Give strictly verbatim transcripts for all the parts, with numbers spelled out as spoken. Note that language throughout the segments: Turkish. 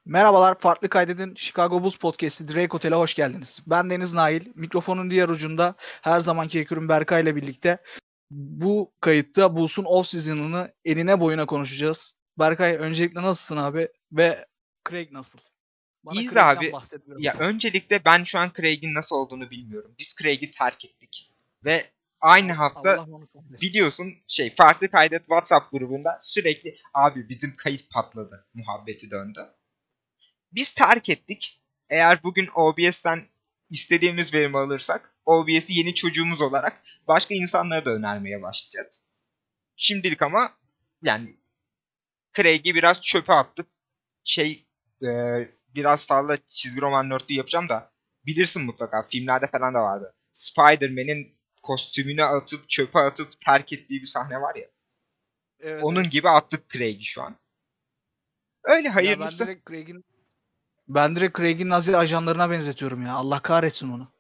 Merhabalar, Farklı Kaydedin Chicago Bulls Podcast'i Drake Hotel'e hoş geldiniz. Ben Deniz Nail, mikrofonun diğer ucunda her zamanki ekürüm Berkay ile birlikte bu kayıtta Bulls'un off-season'ını enine boyuna konuşacağız. Berkay, öncelikle nasılsın abi ve Craig nasıl? Bana İyiyiz Craig'den abi. bahset Ya biraz. öncelikle ben şu an Craig'in nasıl olduğunu bilmiyorum. Biz Craig'i terk ettik. Ve aynı Al- hafta Allah onu kahretsin. biliyorsun şey farklı kaydet WhatsApp grubunda sürekli abi bizim kayıt patladı muhabbeti döndü. Biz terk ettik. Eğer bugün O B S'ten istediğimiz verimi alırsak O B S'i yeni çocuğumuz olarak başka insanlara da önermeye başlayacağız. Şimdilik ama yani Craig'i biraz çöpe attık. Şey e, biraz fazla çizgi roman nörtlüğü yapacağım da bilirsin mutlaka filmlerde falan da vardı. Spider-Man'in kostümünü atıp çöpe atıp terk ettiği bir sahne var ya. Evet, Onun evet. gibi attık Craig'i şu an. Öyle Ya ben hayırlısı. direkt Craig'in ben direkt Craig'in Nazi ajanlarına benzetiyorum ya. Allah kahretsin onu.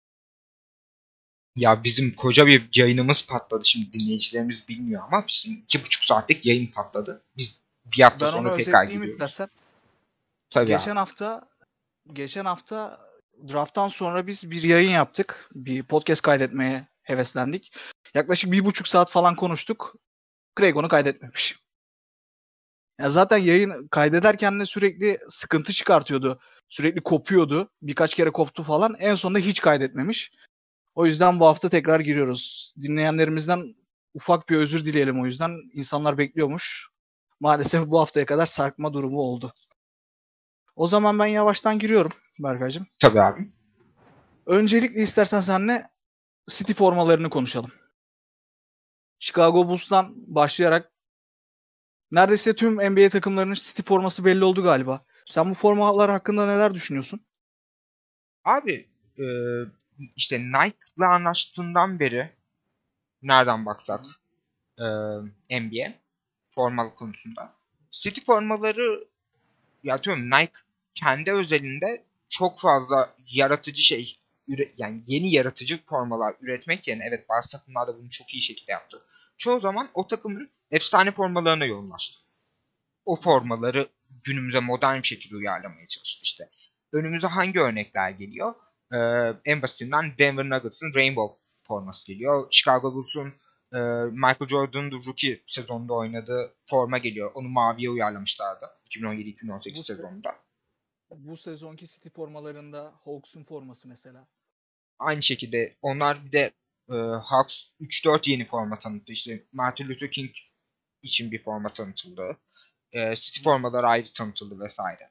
Ya bizim koca bir yayınımız patladı. Şimdi dinleyicilerimiz bilmiyor ama bizim iki buçuk saatlik yayın patladı. Biz bir hafta Ben onu sonra tekrar özetleyeyim giriyoruz. istersen. Tabii abi. Geçen hafta geçen hafta draft'tan sonra biz bir yayın yaptık. Bir podcast kaydetmeye heveslendik. Yaklaşık bir buçuk saat falan konuştuk. Craig onu kaydetmemiş. Ya zaten yayın kaydederken de sürekli sıkıntı çıkartıyordu. Sürekli kopuyordu. Birkaç kere koptu falan. En sonunda hiç kaydetmemiş. O yüzden bu hafta tekrar giriyoruz. Dinleyenlerimizden ufak bir özür dileyelim o yüzden. İnsanlar bekliyormuş. Maalesef bu haftaya kadar sarkma durumu oldu. O zaman ben yavaştan giriyorum Berkaycığım. Tabii abi. Öncelikle istersen seninle City formalarını konuşalım. Chicago Bulls'tan başlayarak neredeyse tüm N B A takımlarının City forması belli oldu galiba. Sen bu formalar hakkında neler düşünüyorsun? Abi e, işte Nike'la anlaştığından beri nereden Hı baksak hı. e, N B A formal konusunda. City formaları ya diyorum Nike kendi özelinde çok fazla yaratıcı şey üre- yani yeni yaratıcı formalar üretmek yerine evet bazı takımlar da bunu çok iyi şekilde yaptı. Çoğu zaman o takımın efsane formalarına yoğunlaştı. O Hı hı. formaları günümüze modern bir şekilde uyarlamaya çalıştı işte. Önümüze hangi örnekler geliyor? Ee, en basitinden Denver Nuggets'ın Rainbow forması geliyor. Chicago Bulls'un e, Michael Jordan'ın rookie sezonunda oynadığı forma geliyor. Onu maviye uyarlamışlardı iki bin on yedi iki bin on sekiz Bu se- sezonunda. bu sezonki City formalarında Hawks'un forması mesela. Aynı şekilde onlar bir de e, Hawks üç dört yeni forma tanıttı. İşte Martin Luther King için bir forma tanıtıldı. E, City Hı hı. formaları ayrı tanıtıldı vesaire.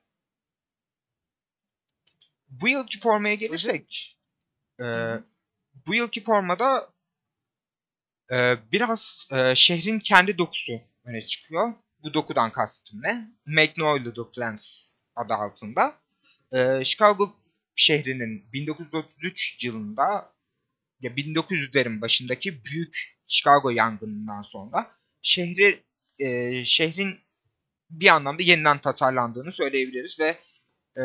Bu yılki formaya Özet. gelirsek e, Hı hı. bu yılki formada e, biraz e, şehrin kendi dokusu öne çıkıyor. Bu dokudan kastım ne? Magnolia Plants adı altında. E, Chicago şehrinin bin dokuz yüz otuz üç yılında ya bin dokuz yüzlerin başındaki büyük Chicago yangınından sonra şehri e, şehrin bir anlamda yeniden tasarlandığını söyleyebiliriz ve e,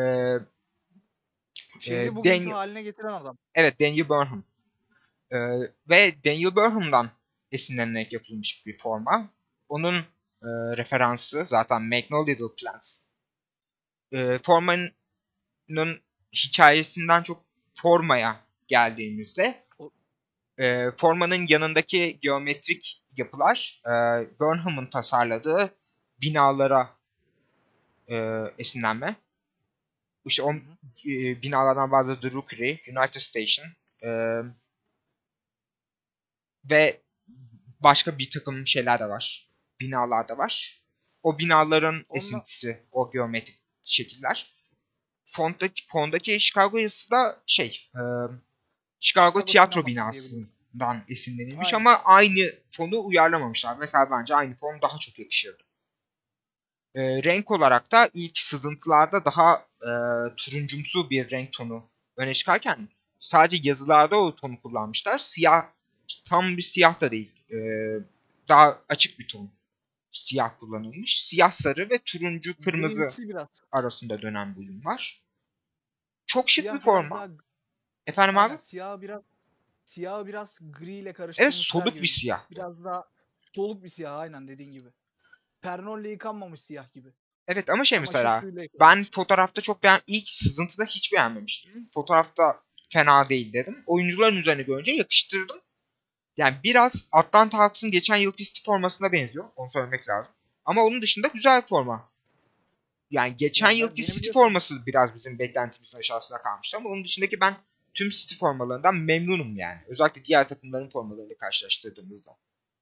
e, Şehri bugünkü Dan haline getiren adam. evet Daniel Burnham e, ve Daniel Burnham'dan esinlenerek yapılmış bir forma. Onun e, referansı zaten Magnolia Plants. E, formanın hikayesinden çok formaya geldiğimizde O, e, formanın yanındaki geometrik yapılar e, Burnham'ın tasarladığı binalara e, esinlenme. İşte o hı hı. e, binalardan bazı The Rookery, United Station e, ve başka bir takım şeyler de var. Binalar da var. O binaların Onunla esintisi, o geometrik şekiller. Fondaki, fondaki Chicago yazısı da şey, e, Chicago Chicago tiyatro sineması diye biliyorum. binasından esinlenilmiş Aynen. ama aynı fonu uyarlamamışlar. Mesela bence aynı fon daha çok yakışırdı. E, renk olarak da ilk sızıntılarda daha e, turuncumsu bir renk tonu öne çıkarken sadece yazılarda o tonu kullanmışlar. Siyah, tam bir siyah da değil. E, daha açık bir ton. Siyah kullanılmış. Siyah sarı ve turuncu kırmızı Grimsi biraz. arasında dönen bölüm var. Çok şık bir Siyah biraz forma. daha Efendim aynen abi? siyah biraz siyahı biraz gri ile Evet karıştırmışlar soluk bir gibi. siyah bu. Biraz daha soluk bir siyah aynen dediğin gibi. Pernol'le yıkanmamış siyah gibi. Evet ama şey Çamaşır mesela suyuyla ben yıkanmış. fotoğrafta çok beğen ilk sızıntıda hiç beğenmemiştim. Fotoğrafta fena değil dedim. Oyuncuların üzerine görünce yakıştırdım. Yani biraz Atlanta Hawks'ın geçen yıl pisti formasına benziyor. Onu söylemek lazım. Ama onun dışında güzel bir forma. Yani geçen Ya ben yılki benim City biliyorsun forması biraz bizim beklentimizin aşağısına kalmıştı ama onun dışındaki ben tüm City formalarından memnunum yani. Özellikle diğer takımların formalarıyla karşılaştırdığımızda.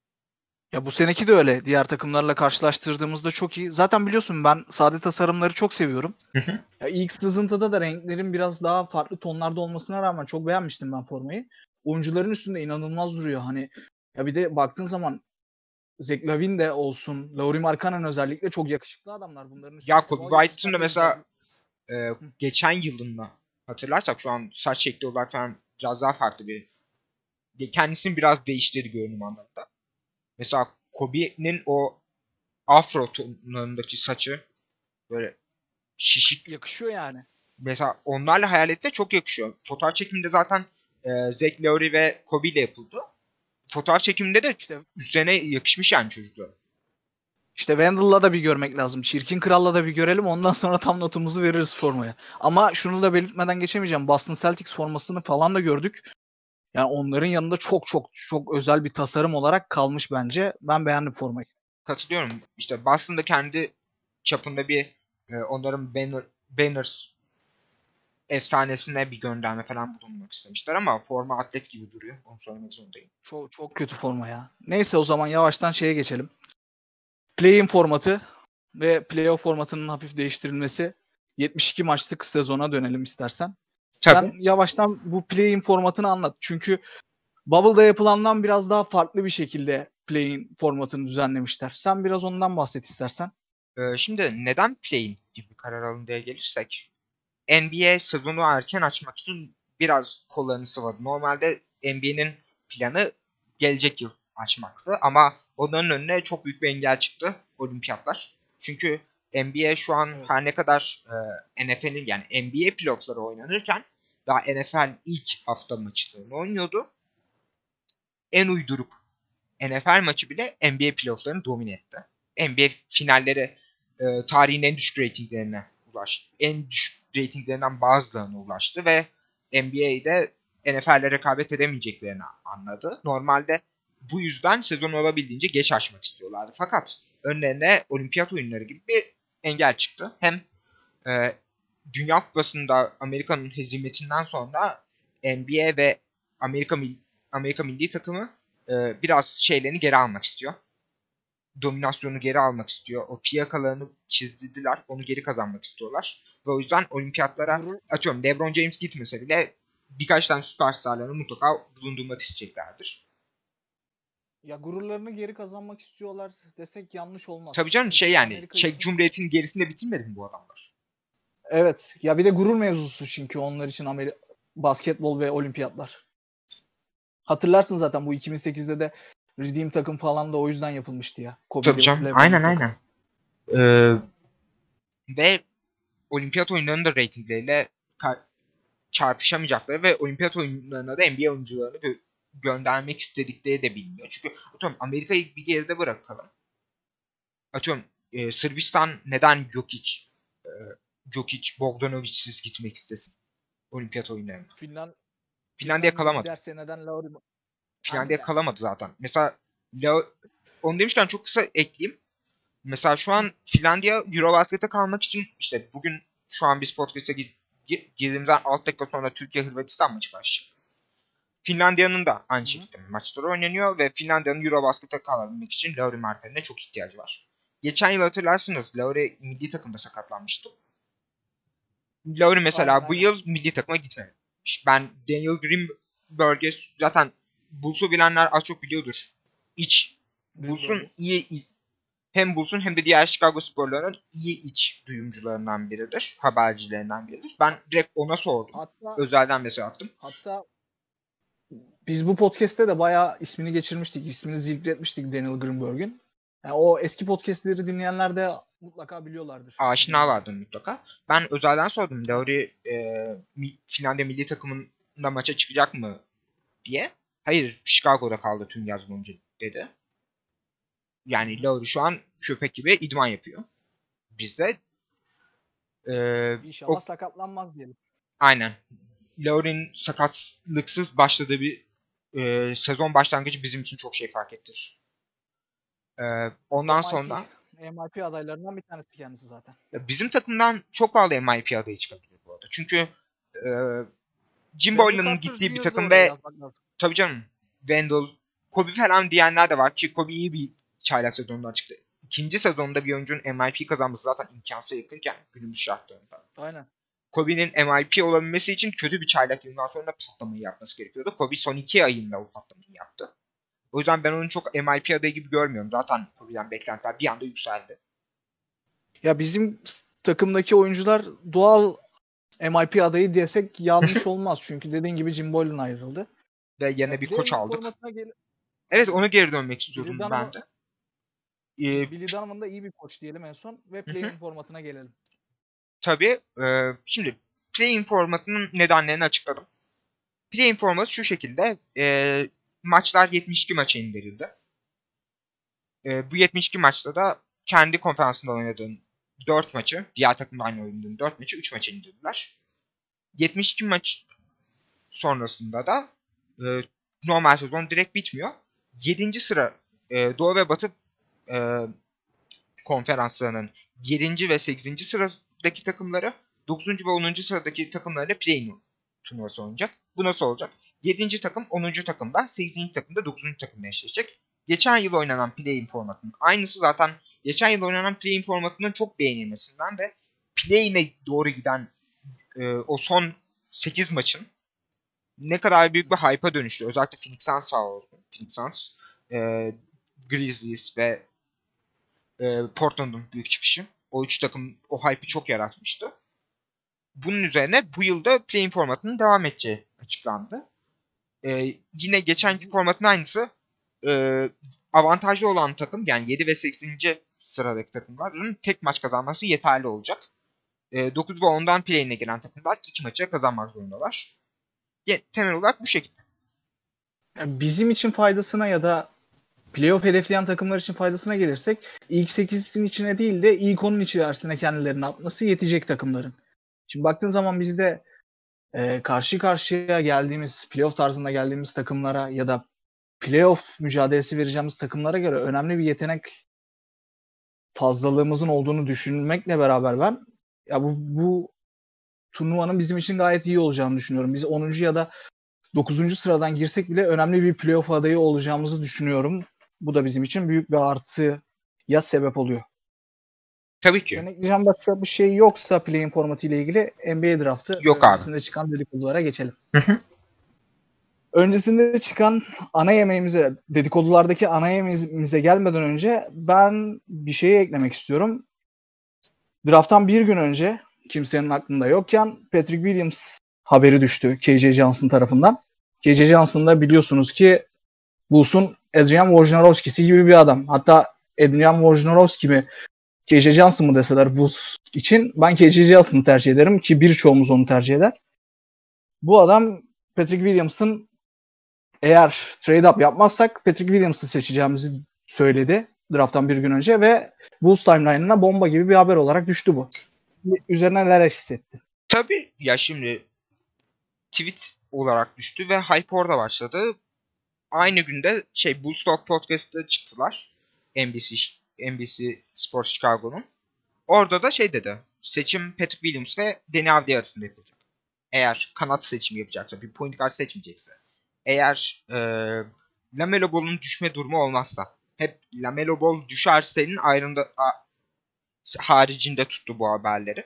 ya bu seneki de öyle. Diğer takımlarla karşılaştırdığımızda çok iyi. Zaten biliyorsun ben sade tasarımları çok seviyorum. Hı hı. Ya ilk sızıntıda da renklerin biraz daha farklı tonlarda olmasına rağmen çok beğenmiştim ben formayı. Oyuncuların üstünde inanılmaz duruyor. Hani ya bir de baktığın zaman Zach Lavine de olsun, Lauri Markkanen özellikle çok yakışıklı adamlar. Bunların üstüne Ya Kobe tava White'ın da getirsen de güzel mesela bir... e, Hı. geçen yılında hatırlarsak şu an saç şekli olarak falan biraz daha farklı bir kendisini biraz değiştirdi görünüm anlamında. Mesela Kobe'nin o afro tonlarındaki saçı böyle şişik. Yakışıyor yani. Mesela onlarla hayalette çok yakışıyor. Fotoğraf çekiminde zaten e, Zach Lowry ve Kobe ile yapıldı. Fotoğraf çekiminde de İşte üzerine yakışmış yani çocuklar. işte Wendell'la da bir görmek lazım. Çirkin Kral'la da bir görelim. Ondan sonra tam notumuzu veririz formaya. Ama şunu da belirtmeden geçemeyeceğim. Boston Celtics formasını falan da gördük. Yani onların yanında çok çok çok özel bir tasarım olarak kalmış bence. Ben beğendim formayı. Katılıyorum. İşte Boston'da kendi çapında bir e, onların banner, banners efsanesine bir gönderme falan bulunmak istemişler ama forma atlet gibi duruyor. Onu söylemek zorundayım. Çok çok kötü forma ya. Neyse o zaman yavaştan şeye geçelim. Play-in formatı ve playoff formatının hafif değiştirilmesi. yetmiş iki maçlık sezona dönelim istersen. Sen Tabii. yavaştan bu play-in formatını anlat. Çünkü Bubble'da yapılandan biraz daha farklı bir şekilde play-in formatını düzenlemişler. Sen biraz ondan bahset istersen. E, şimdi neden play-in gibi bir karar alındıya gelirsek N B A sezonu erken açmak için biraz kollarını sıvadı. Normalde N B A'nin planı gelecek yıl açmaktı ama onların önüne çok büyük bir engel çıktı. Olimpiyatlar. Çünkü N B A şu an Evet. her ne kadar e, N F L'in yani N B A playoff'ları oynanırken daha N F L ilk hafta maçlarını oynuyordu. En uyduruk N F L maçı bile N B A playoff'larını domine etti. N B A finalleri e, tarihin en düşük reytinglerine ulaştı. En düşük reytinglerinden bazılarına ulaştı ve N B A'de N F L'le rekabet edemeyeceklerini anladı. Normalde bu yüzden sezon olabildiğince geç açmak istiyorlardı. Fakat önlerine olimpiyat oyunları gibi bir engel çıktı. Hem e, Dünya Kupası'nda Amerika'nın hezimetinden sonra N B A ve Amerika Amerika milli takımı e, biraz şeylerini geri almak istiyor. Dominasyonu geri almak istiyor. O fiyakalarını çizdiler. Onu geri kazanmak istiyorlar. Ve o yüzden olimpiyatlara Gurur, atıyorum LeBron James gitmese bile birkaç tane süperstarlarını mutlaka bulundurmak isteyeceklerdir. ya gururlarını geri kazanmak istiyorlar desek yanlış Tabii olmaz. canım şey Çünkü yani Amerika Çek için Cumhuriyeti'nin gerisinde bitirmedi mi bu adamlar? evet ya bir de gurur mevzusu çünkü onlar için Ameri basketbol ve olimpiyatlar. Hatırlarsın zaten bu iki bin sekizde de Redeem takım falan da o yüzden yapılmıştı ya. Tabii Kobe'li canım LeBron'lu aynen takım. aynen. Ee, ve olimpiyat oyunlarının da reytingleriyle ka- çarpışamayacakları ve olimpiyat oyunlarına da N B A oyuncularını gö- göndermek istedikleri de biliniyor. Çünkü atıyorum Amerika'yı bir geride bırakalım. Atıyorum e, Sırbistan neden Jokic, e, Jokic, Bogdanovic'siz gitmek istesin olimpiyat oyunlarına? Finland Finlandiya Finlandiya kalamadı. giderse neden Lauri Finlandiya aynen. kalamadı zaten. Mesela La- onu demişken çok kısa ekleyeyim. Mesela şu an Finlandiya Eurobasket'e kalmak için işte bugün şu an biz podcast'a gir- gir- girdiğimizden altı dakika sonra Türkiye-Hırvatistan maçı başlıyor. Finlandiya'nın da aynı Hı hı. şekilde maçları oynanıyor ve Finlandiya'nın Eurobasket'e kalabilmek için Lauri Markkanen'e çok ihtiyacı var. Geçen yıl hatırlarsınız Lauri milli takımda sakatlanmıştı. Lauri Aynen mesela bu aynen. yıl milli takıma gitmemiş. Ben Daniel Greenberg'e zaten Bulls'u bilenler az çok biliyordur. İç Bulls'un Greenberg'u. iyi hem Bulls'un hem de diğer Chicago sporlarının iyi iç duyumcularından biridir. Habercilerinden biridir. Ben direkt ona sordum. Hatta Özelden mesaj attım. hatta biz bu podcast'te de bayağı ismini geçirmiştik. İsmini zikretmiştik Daniel Greenberg'in. Yani o eski podcast'leri dinleyenler de mutlaka biliyorlardır Greenberg'i. Aşinalardır mutlaka. Ben özelden sordum. Aynen. Lauri e, mi- Finlandiya milli takımında maça çıkacak mı diye. Hayır, Chicago'da kaldı tüm yaz boyunca dedi. Hı Yani hı. Lauri şu an köpek gibi idman yapıyor. bizde. Ee, İnşallah o, sakatlanmaz diyelim. aynen. Lowry'nin sakatlıksız başladığı bir e, sezon başlangıcı bizim için çok şey fark ettir. Ee, ondan M I P, sonra M I P adaylarından bir tanesi kendisi zaten. bizim takımdan çok fazla M I P adayı çıkabilir bu arada. Çünkü e, Jim Wendell Boylan'ın Carter gittiği bir Junior'ı da takım oraya ve yazmak lazım. tabii canım Wendell, Kobe falan diyenler de var ki Kobe iyi bir çaylak sezonundan çıktı. İkinci sezonunda bir oyuncunun M I P kazanması zaten imkansıza yakınken günümüz şartlarında. Aynen. Kobe'nin M I P olabilmesi için kötü bir çaylak yılından sonra patlamayı yapması gerekiyordu. Kobe son iki ayında o patlamayı yaptı. O yüzden ben onu çok M I P adayı gibi görmüyorum. Zaten Kobe'den beklentiler bir anda yükseldi. Ya bizim takımdaki oyuncular doğal M I P adayı desek yanlış olmaz. Çünkü dediğin gibi Jim Boylan ayrıldı. Ve yine Ya bir koç play-in aldık. formatına gel Evet, ona geri dönmek Billy istiyordum ben Donovan, de. Ee, Billy Donovan da iyi bir koç diyelim en son ve play-in formatına gelelim. Tabii. E, şimdi play-in formatının nedenlerini açıkladım. Play-in formatı şu şekilde. E, maçlar yetmiş iki maça indirildi. E, bu yetmiş iki maçta da kendi konferansında oynadığın dört maçı, diğer takımda aynı oynadığın dört maçı üç maça indirdiler. yetmiş iki maç sonrasında da e, normal sezon direkt bitmiyor. yedinci sıra e, Doğu ve Batı e, konferanslarının yedinci ve sekizinci sıradaki takımları dokuzuncu ve onuncu sıradaki takımlarla play-in turnuvası oynayacak. Bu nasıl olacak? yedinci takım onuncu takımda, sekizinci takım da dokuzuncu takımda eşleşecek. Geçen yıl oynanan play-in formatının aynısı zaten geçen yıl oynanan play-in formatının çok beğenilmesinden ve play-in'e doğru giden e, o son sekiz maçın ne kadar büyük bir hype'a dönüştü. Özellikle Phoenix Suns sağ olsun. Phoenix Suns, e, Grizzlies ve e, Portland'ın büyük çıkışı. O üç takım o hype'ı çok yaratmıştı. Bunun üzerine bu yılda play-in formatının devam edeceği açıklandı. E, yine geçenki Bizim, formatın aynısı. E, avantajlı olan takım yani yedi ve sekizinci sıradaki takımların tek maç kazanması yeterli olacak. E, dokuz ve ondan play-in'e giren takımlar iki maçı kazanmak zorundalar. Temel olarak bu şekilde. bizim için faydasına ya da playoff hedefleyen takımlar için faydasına gelirsek ilk sekizin içine değil de ilk onun içerisine kendilerini atması yetecek takımların. Şimdi baktığın zaman bizde e, karşı karşıya geldiğimiz playoff tarzında geldiğimiz takımlara ya da playoff mücadelesi vereceğimiz takımlara göre önemli bir yetenek fazlalığımızın olduğunu düşünmekle beraber ben ya bu, bu turnuvanın bizim için gayet iyi olacağını düşünüyorum. Biz onuncu ya da dokuzuncu sıradan girsek bile önemli bir playoff adayı olacağımızı düşünüyorum. Bu da bizim için büyük bir artıya sebep oluyor. Tabii ki. Senin ekleyeceğin başka bir şey yoksa play-in formatı ile ilgili N B A draftı Yok ve abi. öncesinde çıkan dedikodulara geçelim. Hı hı. Öncesinde çıkan ana yemeğimize, dedikodulardaki ana yemeğimize gelmeden önce ben bir şeyi eklemek istiyorum. Draft'tan bir gün önce kimsenin aklında yokken Patrick Williams haberi düştü K J Johnson tarafından. K J Johnson da biliyorsunuz ki Bulls'un Adrian Wojnarowski'si gibi bir adam. Hatta Adrian Wojnarowski mi K J Johnson mı deseler Bulls için ben K J Johnson'ı tercih ederim ki birçoğumuz onu tercih eder. Bu adam Patrick Williams'ın eğer trade up yapmazsak Patrick Williams'ı seçeceğimizi söyledi draft'tan bir gün önce ve Bulls timeline'ına bomba gibi bir haber olarak düştü bu. Üzerine neler hissetti? Tabii ya şimdi tweet olarak düştü ve hype orada başladı. Aynı günde şey Bulls Talk Podcast'ta çıktılar. N B C N B C Sports Chicago'nun. Orada da şey dedi. Seçim Patrick Williams ve Deni Avdija arasında yapılacak. Eğer kanat seçimi yapacaksa, bir point guard seçmeyecekse. Eğer e, LaMelo Ball'un düşme durumu olmazsa. Hep LaMelo Ball düşerse'nin ayrında a, haricinde tuttu bu haberleri.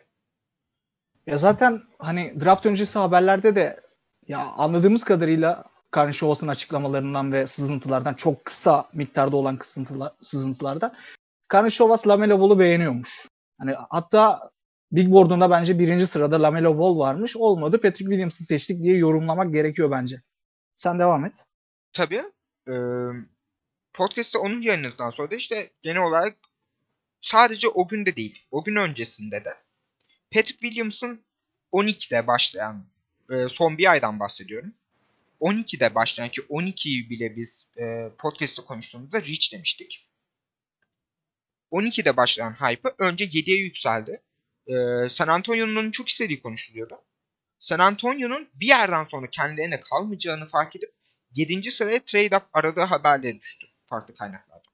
Ya zaten hani draft öncesi haberlerde de ya anladığımız kadarıyla Karnişovas'ın açıklamalarından ve sızıntılardan çok kısa miktarda olan kısıntılar, sızıntılarda Karnişovas LaMelo Ball'u beğeniyormuş. Hani hatta Big Board'unda bence birinci sırada LaMelo Ball varmış. Olmadı Patrick Williams'ı seçtik diye yorumlamak gerekiyor bence. Sen devam et. Tabii. E, podcast'te onun yayınladıktan sonra da işte genel olarak sadece o günde değil, o gün öncesinde de Patrick Williams'ın on ikide başlayan e, son bir aydan bahsediyorum. on ikide başlayan ki on ikiyi bile biz e, podcast'te konuştuğumuzda reach demiştik. on ikide başlayan hype'ı önce yediye yükseldi. Ee, San Antonio'nun çok istediği konuşuluyordu. San Antonio'nun bir yerden sonra kendilerine kalmayacağını fark edip yedinci sıraya trade up aradığı haberleri düştü farklı kaynaklardan.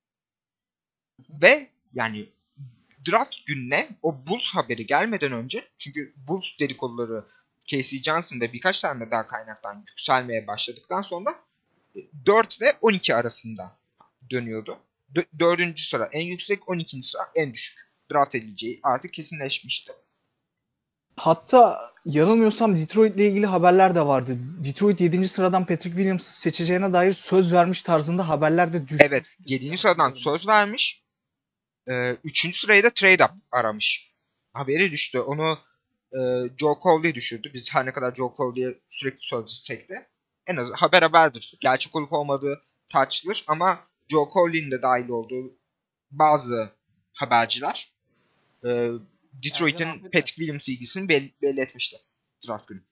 Ve yani draft gününe o Bulls haberi gelmeden önce, çünkü Bulls dedikoduları K C Johnson ve birkaç tane daha kaynaktan yükselmeye başladıktan sonra dört ve on iki arasında dönüyordu. dördüncü sıra en yüksek, on ikinci sıra en düşük. Draft edileceği artık kesinleşmişti. Hatta yanılmıyorsam Detroit ile ilgili haberler de vardı. Detroit yedinci sıradan Patrick Williams'ı seçeceğine dair söz vermiş tarzında haberler de düşmüştü. Evet, yedinci sıradan söz vermiş. üçüncü sırayı da trade up aramış. Haberi düştü. Onu e, Joe Coley düşürdü. Biz her ne kadar Joe Coley'e sürekli söylesek de en az haber haberdir. Gerçek olup olmadığı tartışılır ama Joe Coley'nin de dahil olduğu bazı haberciler e, Detroit'in Patrick Williams ilgisini belli, belli etmişti draft günü.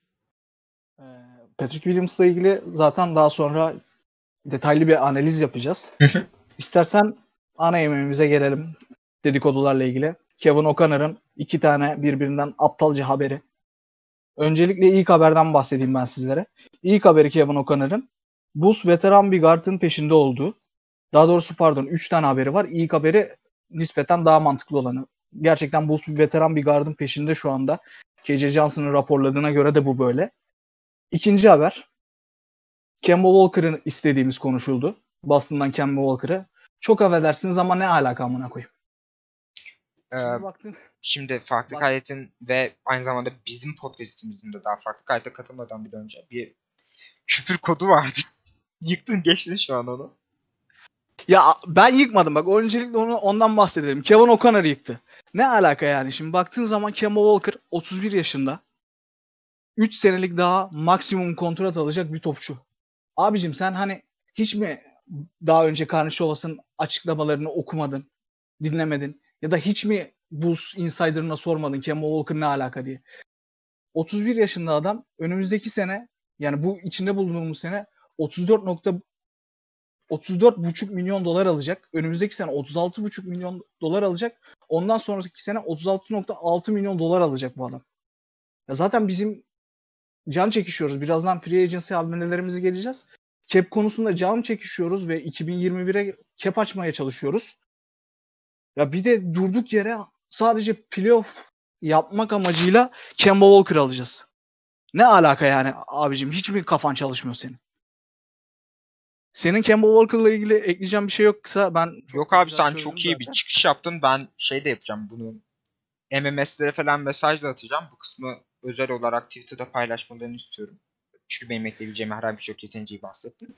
Patrick Williams'la ilgili zaten daha sonra detaylı bir analiz yapacağız. İstersen ana yemeğimize gelelim dedikodularla ilgili. Kevin O'Connor'ın iki tane birbirinden aptalca haberi. Öncelikle ilk haberden bahsedeyim ben sizlere. İlk haberi Kevin O'Connor'ın Bulls veteran bir guard'ın peşinde olduğu. Daha doğrusu pardon üç tane haberi var. İlk haberi nispeten daha mantıklı olanı. Gerçekten Bulls veteran bir guard'ın peşinde şu anda. K J Johnson'ın raporladığına göre de bu böyle. İkinci haber. Kemba Walker'ın istediğimiz konuşuldu. Boston'dan Kemba Walker'ı. Çok affedersiniz ama ne alaka amına koyayım. Ee, şimdi, baktın, şimdi farklı bak. Kaydetin ve aynı zamanda bizim podcast'imizin de daha farklı kayda katılmadan bir önce bir küfür kodu vardı. Yıktın geçtin şu an onu. Ya ben yıkmadım bak. Öncelikle onu ondan bahsedelim. Kevin O'Connor yıktı. Ne alaka yani? Şimdi baktığın zaman Kemba Walker otuz bir yaşında. üç senelik daha maksimum kontrat alacak bir topçu. Abicim sen hani hiç mi daha önce Karnışovas'ın açıklamalarını okumadın, dinlemedin? Ya da hiç mi Bulls Insider'ına sormadın Kemba Walker ne alaka diye? otuz bir yaşında adam önümüzdeki sene, yani bu içinde bulunduğumuz sene otuz dört buçuk milyon dolar alacak. Önümüzdeki sene otuz altı buçuk milyon dolar alacak. Ondan sonraki sene otuz altı nokta altı milyon dolar alacak bu adam. Ya zaten bizim can çekişiyoruz. Birazdan free agency hamlelerimize geleceğiz. Cap konusunda can çekişiyoruz ve iki bin yirmi bire cap açmaya çalışıyoruz. Ya bir de durduk yere sadece playoff yapmak amacıyla Kemba Walker alacağız. Ne alaka yani abicim? Hiç mi kafan çalışmıyor senin? Senin Kemba Walker'la ilgili ekleyeceğim bir şey yoksa ben... Yok abi sen çok iyi zaten. Bir çıkış yaptın. Ben şey de yapacağım bunu. M M S'lere falan mesaj da atacağım. Bu kısmı özel olarak Twitter'da paylaşmalarını istiyorum. Çünkü benim ekleyebileceğim herhangi bir şey yok. Yeterinceyi bahsettim.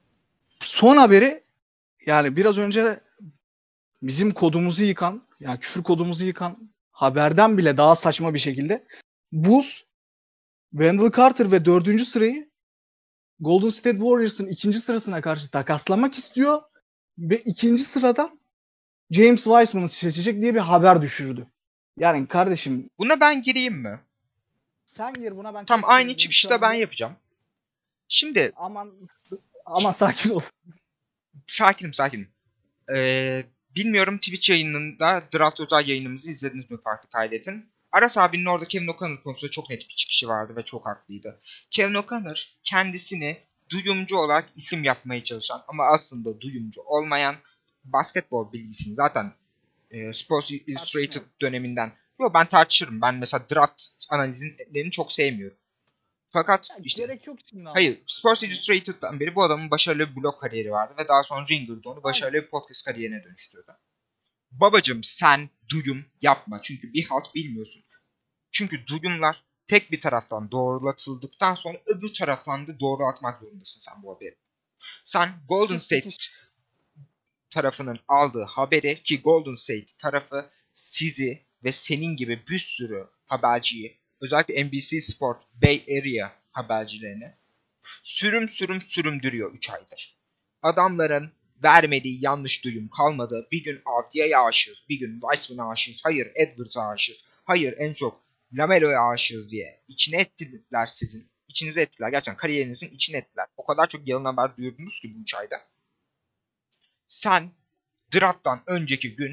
Son haberi, yani biraz önce bizim kodumuzu yıkan, yani küfür kodumuzu yıkan haberden bile daha saçma bir şekilde Bulls, Wendell Carter ve dördüncü sırayı Golden State Warriors'ın ikinci sırasına karşı takaslamak istiyor ve ikinci sıradan James Wiseman'ı seçecek diye bir haber düşürdü. Yani kardeşim... Buna ben gireyim mi? Sen gir buna ben... Tam aynı çıkışı da ben yapacağım. Şimdi... Aman, aman sakin ol. Sakinim sakinim. Ee, bilmiyorum Twitch yayınında Draft özel yayınımızı izlediniz mi farklı kaydetin? Aras abinin orada Kevin O'Connor konusunda çok net bir çıkışı vardı ve çok haklıydı. Kevin O'Connor kendisini duyumcu olarak isim yapmaya çalışan ama aslında duyumcu olmayan, basketbol bilgisini zaten e, Sports Illustrated döneminden... Yok ben tartışırım. Ben mesela draft analizlerini çok sevmiyorum. Fakat yani işte, gerek yok şimdi. Hayır, Sports Illustrated'dan beri bu adamın başarılı bir blog kariyeri vardı ve daha sonra Ringer'da onu başarılı bir podcast kariyerine dönüştürdü. Babacım sen duyum yapma çünkü bir halt bilmiyorsun. Çünkü duyumlar tek bir taraftan doğrulatıldıktan sonra öbür taraftan da doğru atmak zorundasın sen bu haberi. Sen Golden State tarafının aldığı haberi, ki Golden State tarafı sizi ve senin gibi bir sürü haberciyi, özellikle N B C Sport Bay Area habercilerini sürüm sürüm sürümdürüyor üç aydır. Adamların vermediği yanlış duyum kalmadı. Bir gün Avdia'ya aşığız, bir gün Wiseman'a aşığız, hayır Edwards'a aşığız, hayır en çok Lamelo'ya aşığız diye içine ettiler sizin. İçinize ettiler. Gerçekten kariyerinizin içine ettiler. O kadar çok yalan haber duyurdunuz ki bu üç ayda. Sen draft'tan önceki gün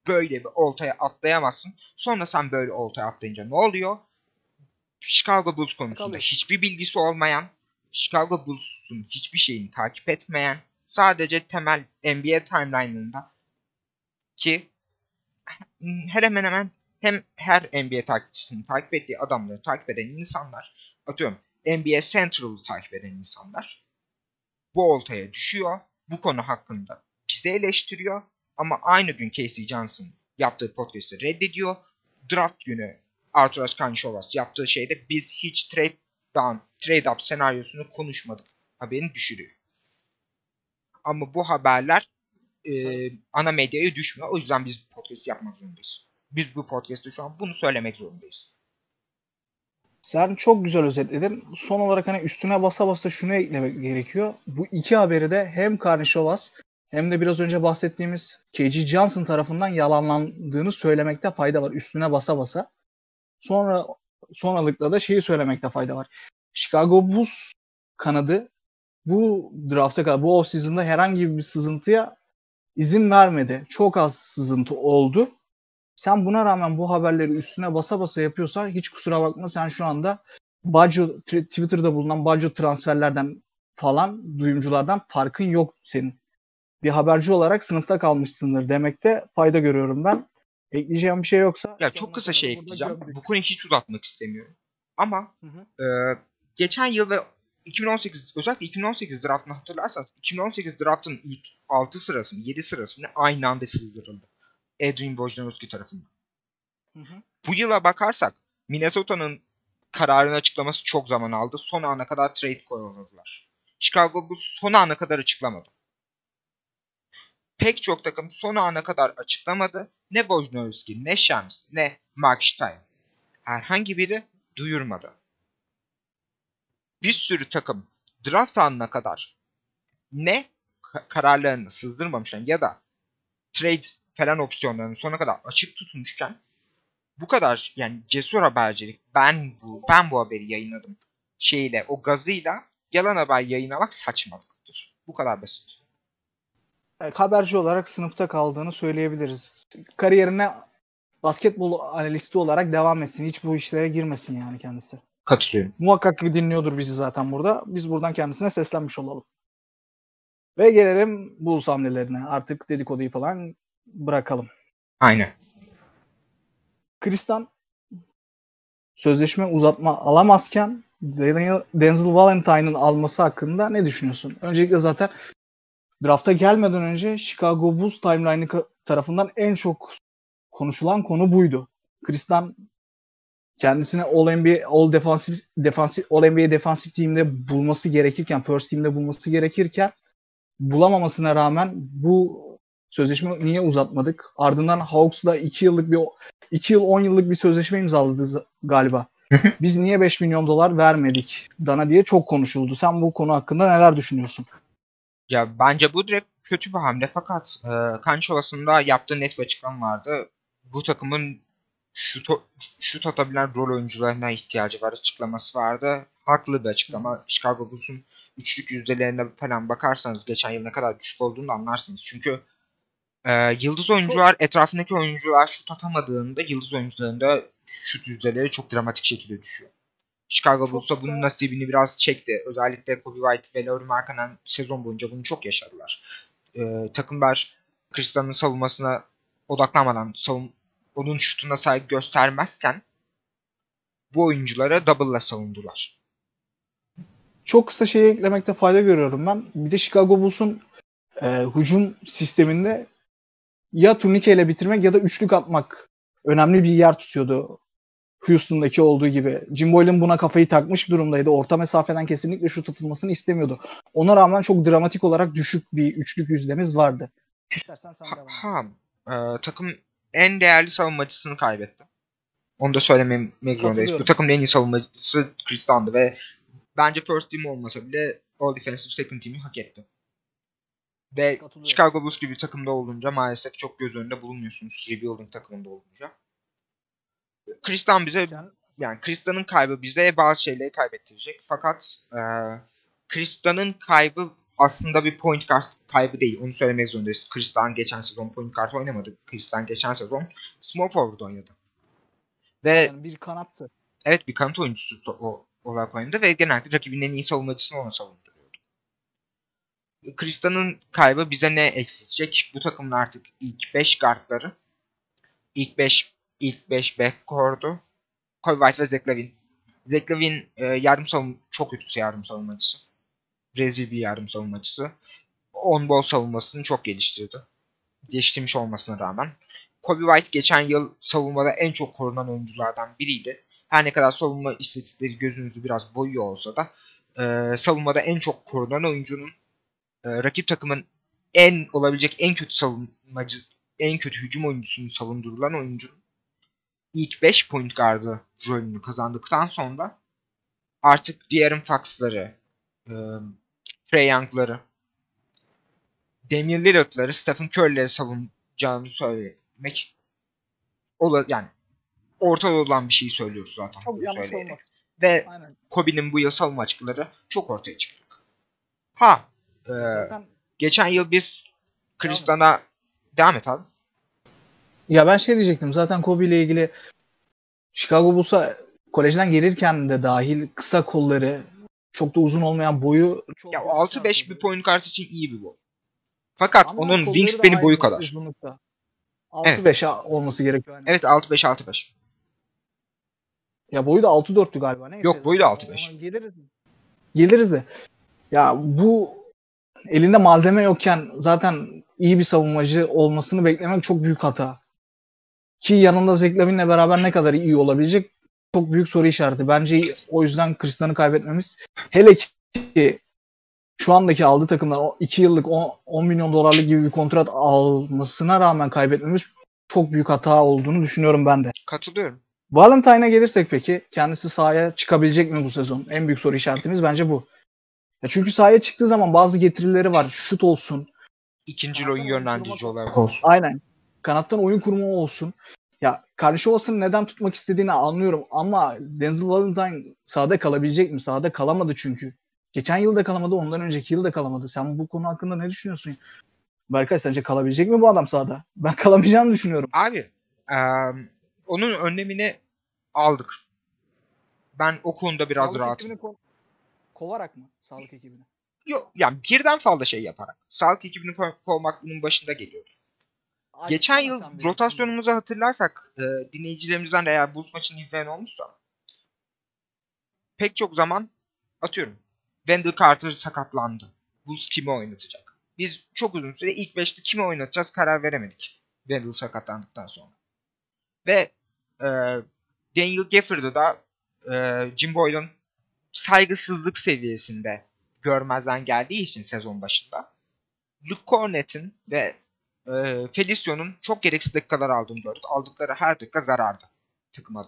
böyle bir oltaya atlayamazsın. Sonra sen böyle oltaya atlayınca ne oluyor? Chicago Bulls konusunda hiçbir bilgisi olmayan, Chicago Bulls'un hiçbir şeyini takip etmeyen, sadece temel N B A timeline'ında ki her hemen hemen hem her N B A takipçisinin takip ettiği adamları takip eden insanlar, atıyorum N B A Central'ı takip eden insanlar bu oltaya düşüyor. Bu konu hakkında bizi eleştiriyor. Ama aynı gün Casey Johnson yaptığı podcast'ı reddediyor. Draft günü Arturas Karnisovas yaptığı şeyde biz hiç trade down, trade up senaryosunu konuşmadık haberini düşürüyor. Ama bu haberler e, ana medyaya düşmüyor. O yüzden biz bu podcast'ı yapmak zorundayız. Biz bu podcast'te şu an bunu söylemek zorundayız. Sen çok güzel özetledin. Son olarak hani üstüne basa basa şunu eklemek gerekiyor. Bu iki haberi de hem Karnisovas hem de biraz önce bahsettiğimiz K G Johnson tarafından yalanlandığını söylemekte fayda var. Üstüne basa basa. Sonra sonralıkla da şeyi söylemekte fayda var. Chicago Bulls kanadı bu drafta kadar, bu off-season'da herhangi bir sızıntıya izin vermedi. Çok az sızıntı oldu. Sen buna rağmen bu haberleri üstüne basa basa yapıyorsan hiç kusura bakma, sen şu anda Baggio, Twitter'da bulunan Baggio transferlerden falan duyumculardan farkın yok senin. Bir haberci olarak sınıfta kalmışsındır demekte fayda görüyorum ben. Ekleyeceğim bir şey yoksa. Ya çok kısa şey ekleyeceğim. Bu konuyu hiç uzatmak istemiyorum. Ama hı hı. E, geçen yıl ve iki bin on sekiz, özellikle iki bin on sekiz draftını hatırlarsanız iki bin on sekiz draftının ilk altı sırasını, yedi sırasını aynı anda sızdırıldı. Adrian Wojnarowski tarafından. Hı hı. Bu yıla bakarsak Minnesota'nın kararını açıklaması çok zaman aldı. Son ana kadar trade koyuladılar. Chicago bu son ana kadar açıklamadı. Pek çok takım son ana kadar açıklamadı. Ne Wojnarowski, ne Shams, ne Mark Stein. Herhangi biri duyurmadı. Bir sürü takım draft anına kadar ne kararlarını sızdırmamışlar ya da trade falan opsiyonlarını sona kadar açık tutmuşken bu kadar yani cesur habercilik, ben bu ben bu haberi yayınladım şeyle, o gazıyla yalan haber yayınlamak saçmalıktır. Bu kadar basit. Evet, haberci olarak sınıfta kaldığını söyleyebiliriz. Kariyerine basketbol analisti olarak devam etsin. Hiç bu işlere girmesin yani kendisi. Katılıyorum. Muhakkak ki dinliyordur bizi zaten burada. Biz buradan kendisine seslenmiş olalım. Ve gelelim Bulls hamlelerine. Artık dedikoduyu falan bırakalım. Aynen. Kristan sözleşme uzatma alamazken Denzel Valentine'ın alması hakkında ne düşünüyorsun? Öncelikle zaten drafta gelmeden önce Chicago Bulls timeline'ı tarafından en çok konuşulan konu buydu. Kristan kendisine All-N B A, All Defensive, Defensive, All-N B A Defensive Team'de bulması gerekirken, First Team'de bulması gerekirken bulamamasına rağmen bu sözleşme niye uzatmadık? Ardından Hawks'la iki yıllık bir iki yıl on yıllık bir sözleşme imzaladı galiba. Biz niye beş milyon dolar vermedik Dana diye çok konuşuldu. Sen bu konu hakkında neler düşünüyorsun? Ya bence bu direkt kötü bir hamle fakat e, Karnisovas'ın yaptığı net bir açıklama vardı. Bu takımın şut, şut atabilen rol oyuncularına ihtiyacı var açıklaması vardı. Haklı bir açıklama. Chicago Bulls'un üçlük yüzdelerine falan bakarsanız geçen yıl ne kadar düşük olduğunu da anlarsınız. Çünkü e, yıldız oyuncular, çok... etrafındaki oyuncular şut atamadığında yıldız oyuncularında şut yüzdeleri çok dramatik şekilde düşüyor. Chicago Bulls'a bunun nasibini biraz çekti. Özellikle Kobe White ve Lauri Markkanen sezon boyunca bunu çok yaşadılar. Ee, takımlar Kristan'ın savunmasına odaklanmadan, savun onun şutuna saygı göstermezken bu oyunculara double'la savundular. Çok kısa şey eklemekte fayda görüyorum ben. Bir de Chicago Bulls'un e, hücum sisteminde ya turnikeyle bitirmek ya da üçlük atmak önemli bir yer tutuyordu. Houston'daki olduğu gibi. Jim Boylan buna kafayı takmış durumdaydı. Orta mesafeden kesinlikle şut atılmasını istemiyordu. Ona rağmen çok dramatik olarak düşük bir üçlük yüzdemiz vardı. İstersen sen ha, devam. Ha, e, takım en değerli savunmacısını kaybetti. Onu da söylemek zorundayız. Bu takımın en iyi savunmacısı Kristan'dı ve bence first team olmasa bile All Defensive Second Team'i hak etti. Ve Chicago Bulls gibi bir takımda olunca maalesef çok göz önünde bulunmuyorsunuz. Rebuilding takımında olunca. Kristan bize yani, yani Kristan'ın kaybı bize bazı şeyleri kaybettirecek. Fakat e, Kristan'ın kaybı aslında bir point guard kaybı değil. Onu söylemek zorundayız. Chris'ten geçen sezon point guard oynamadı. Chris'ten geçen sezon small forward oynadı. Ve Yani bir kanattı. evet, bir kanat oyuncusu o olarak oynadı ve genellikle rakibinin en iyi savunmacısını ona savunduruyordu. Chris'ten kaybı bize ne eksiltecek? Bu takımın artık ilk beş guardları, ilk beş ilk beş backcourt'u Kobe White ve Zach LaVine. Zach LaVine e, yardım savun çok kötü yardım savunmacısı. Rezil bir yardım savunmacısı. On-ball savunmasını çok geliştirdi. Geliştirmiş olmasına rağmen. Kobe White geçen yıl savunmada en çok korunan oyunculardan biriydi. Her ne kadar savunma istatistikleri gözünüzü biraz boyuyor olsa da e, savunmada en çok korunan oyuncunun e, rakip takımın en olabilecek en kötü savunmacı, en kötü hücum oyuncusunu savundurulan oyuncunun ilk beş point guard'ı rolünü kazandıktan sonra artık De'Aaron Fox'ları, e, Trae Young'ları, Damian Lillard'ları, Stephen Curry'leri savunacağını söylemek ola, yani ortada olan bir şey söylüyoruz zaten. Çok yanlış olmaz. Ve Aynen. Kobe'nin bu yıl savunma açıkları çok ortaya çıkacak. Ha, e, Zaten geçen yıl biz Kristan'a devam et abi. ya ben şey diyecektim. Zaten Kobe ile ilgili Chicago Bulls'a kolejden gelirken de dahil kısa kolları, çok da uzun olmayan boyu çok Ya göze altı beş çarpıyordu. bir point guard için iyi bir boy. Fakat Ama onun kolları da wingspan'i boyu aynı kadar. uzunlukta. altı beş olması gerekiyor. Yani. Evet, altı beş altı beş. Ya boyu da altı dörttü galiba. Neyse. Yok, boyu da altı beş. Geliriz. Geliriz de. Ya bu elinde malzeme yokken zaten iyi bir savunmacı olmasını beklemek çok büyük hata. Ki yanında Zach LaVine'le beraber ne kadar iyi olabilecek çok büyük soru işareti. Bence o yüzden Kristan'ı kaybetmemiz. Hele ki şu andaki aldığı takımdan iki yıllık on milyon dolarlık gibi bir kontrat almasına rağmen kaybetmemiz çok büyük hata olduğunu düşünüyorum ben de. Katılıyorum. Valentine'a gelirsek peki kendisi sahaya çıkabilecek mi bu sezon? En büyük soru işaretimiz bence bu. Ya çünkü sahaya çıktığı zaman bazı getirileri var. Şut olsun. İkinci oyun yönlendirici olarak olsun. Aynen. Kanattan oyun kurumu olsun. Ya Karnišovas'ın neden tutmak istediğini anlıyorum ama Denzel Valentine sahada kalabilecek mi? Sahada kalamadı çünkü. Geçen yıl da kalamadı, ondan önceki yıl da kalamadı. Sen bu konu hakkında ne düşünüyorsun? Berkay sence kalabilecek mi bu adam sahada? Ben kalamayacağını düşünüyorum. Abi, e, onun önlemini aldık. Ben o konuda biraz Sağlık rahatım. ekibini ko- kovarak mı? Sağlık ekibini. Yok, yani birden fazla şey yaparak. Sağlık ekibini ko- kovmak bunun başında geliyor. Açsana Geçen yıl sen bir- rotasyonumuzu hatırlarsak, e, dinleyicilerimizden de eğer Bulls maçını izleyen olmuşsa, pek çok zaman atıyorum. Wendell Carter sakatlandı. Bulls kimi oynatacak? Biz çok uzun süre ilk beşte kimi oynatacağız karar veremedik. Wendell sakatlandıktan sonra. Ve e, Daniel Gafford'u da e, Jim Boyle'un saygısızlık seviyesinde görmezden geldiği için sezon başında Luke Cornett'in ve e, Felicio'nun çok gereksiz dakikalar aldığını gördük. Aldıkları her dakika zarardı takıma.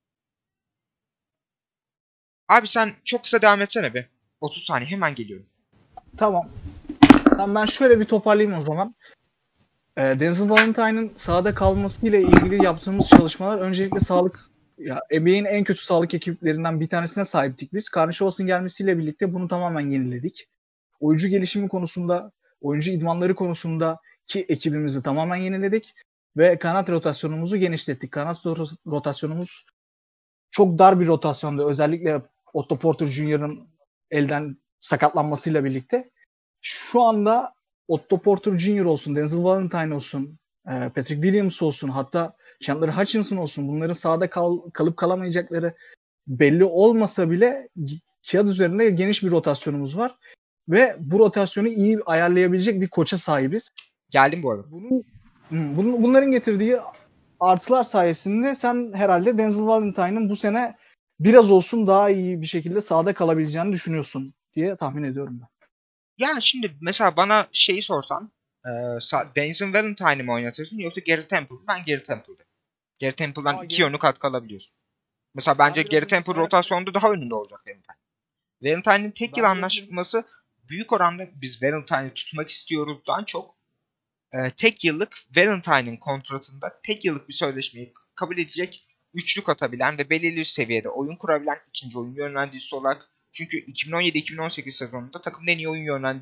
Abi sen çok kısa devam etsene be. otuz saniye hemen geliyorum. Tamam. Tamam ben şöyle bir toparlayayım o zaman. Ee, Denzel Valentine'ın sahada kalmasıyla ilgili yaptığımız çalışmalar öncelikle sağlık, ya N B A'in en kötü sağlık ekiplerinden bir tanesine sahiptik biz. Karnišovas'ın gelmesiyle birlikte bunu tamamen yeniledik. Oyuncu gelişimi konusunda, oyuncu idmanları konusunda ki ekibimizi tamamen yeniledik ve kanat rotasyonumuzu genişlettik. Kanat rotasyonumuz çok dar bir rotasyonda, özellikle Otto Porter Junior'ın elden sakatlanmasıyla birlikte. Şu anda Otto Porter Junior olsun, Denzel Valentine olsun, Patrick Williams olsun, hatta Chandler Hutchinson olsun, bunların sahada kal, kalıp kalamayacakları belli olmasa bile kağıt üzerinde geniş bir rotasyonumuz var. Ve bu rotasyonu iyi ayarlayabilecek bir koça sahibiz. Geldim bu arada. Bunun, bunun, bunların getirdiği artılar sayesinde sen herhalde Denzel Valentine'ın bu sene biraz olsun daha iyi bir şekilde sahada kalabileceğini düşünüyorsun diye tahmin ediyorum ben. Ya şimdi mesela bana şeyi sorsan, e, Denzel Valentine'ı mı oynatırsın yoksa Gary Temple? Ben Gary Temple'da. Gary Temple'dan Aa, iki Gary- yönlü katkı alabiliyorsun. Mesela bence biraz Gary önce Temple sayar- rotasyonda daha önünde olacak Valentine. Valentine'in tek Ben yıl biraz anlaşması büyük oranda biz Valentine'ı tutmak istiyoruzdan çok e, tek yıllık Valentine'in kontratında tek yıllık bir sözleşmeyi kabul edecek, üçlük atabilen ve belirli bir seviyede oyun kurabilen ikinci oyun yönlendiricisi olarak, çünkü iki bin on yedi iki bin on sekiz sezonunda takımın en iyi oyun yönlendiricisi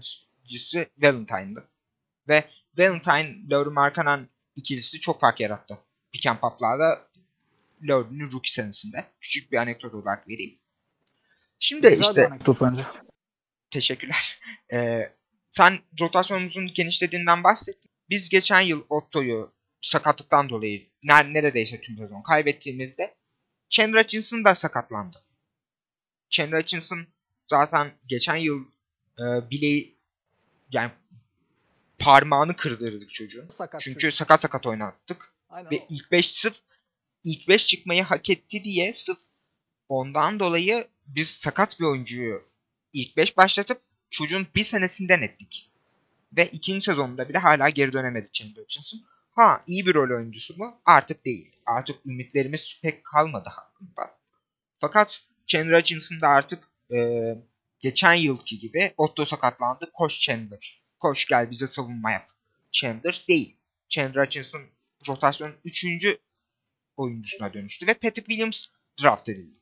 ikincisi Valentine'dı. Ve Valentine, Lauri Markkanen ikilisi çok fark yarattı. Pick and pop'larda Lauri'nin rookie senesinde. Küçük bir anekdot olarak vereyim. Şimdi Güzel işte bir anekdot bence. teşekkürler. Ee, sen rotasyonumuzun genişlediğinden bahsettin. Biz geçen yıl Otto'yu sakatlıktan dolayı neredeyse tüm sezon kaybettiğimizde Chandler Hutchinson da sakatlandı. Chandler Hutchinson zaten geçen yıl e, bileği yani parmağını kırdırdık çocuğun. Sakat Çünkü çocuk. sakat sakat oynattık. Aynen Ve o. ilk beş sırf ilk beş çıkmayı hak etti diye sırf ondan dolayı biz sakat bir oyuncuyu ilk beş başlatıp çocuğun bir senesinden ettik. Ve ikinci sezonunda bile hala geri dönemedi Chandler Hutchinson. Ha, iyi bir rol oyuncusu mu? Artık değil. Artık ümitlerimiz pek kalmadı hakkında. Fakat Chandler Hutchinson da artık e, geçen yılki gibi Otto sakatlandı. Koş Chandler. Koş gel bize savunma yap. Chandler değil. Chandler Hutchinson rotasyonun üçüncü oyuncusuna dönüştü ve Patrick Williams draft edildi.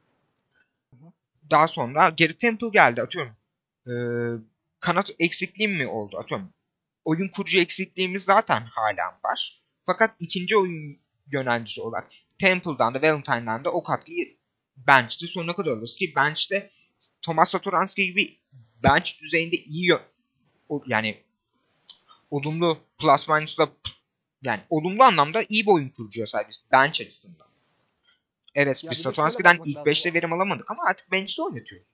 Daha sonra Gary Temple geldi atıyorum. Ee, kanat eksikliğim mi oldu atıyorum. Oyun kurucu eksikliğimiz zaten hala var. Fakat ikinci oyun yöneticisi olarak Temple'dan da Valentine'dan da o katkıyı bench'te sonuna kadar alırız ki bench'te Thomas Satoranski gibi bench düzeyinde iyi yani olumlu plus minus'la yani olumlu anlamda iyi bir oyun kurucuya sahibiz bench açısından. Evet, Ya biz bir de şöyle Satoranski'den bakmak ilk lazım. beşte verim alamadık ama artık bench'te oynatıyoruz.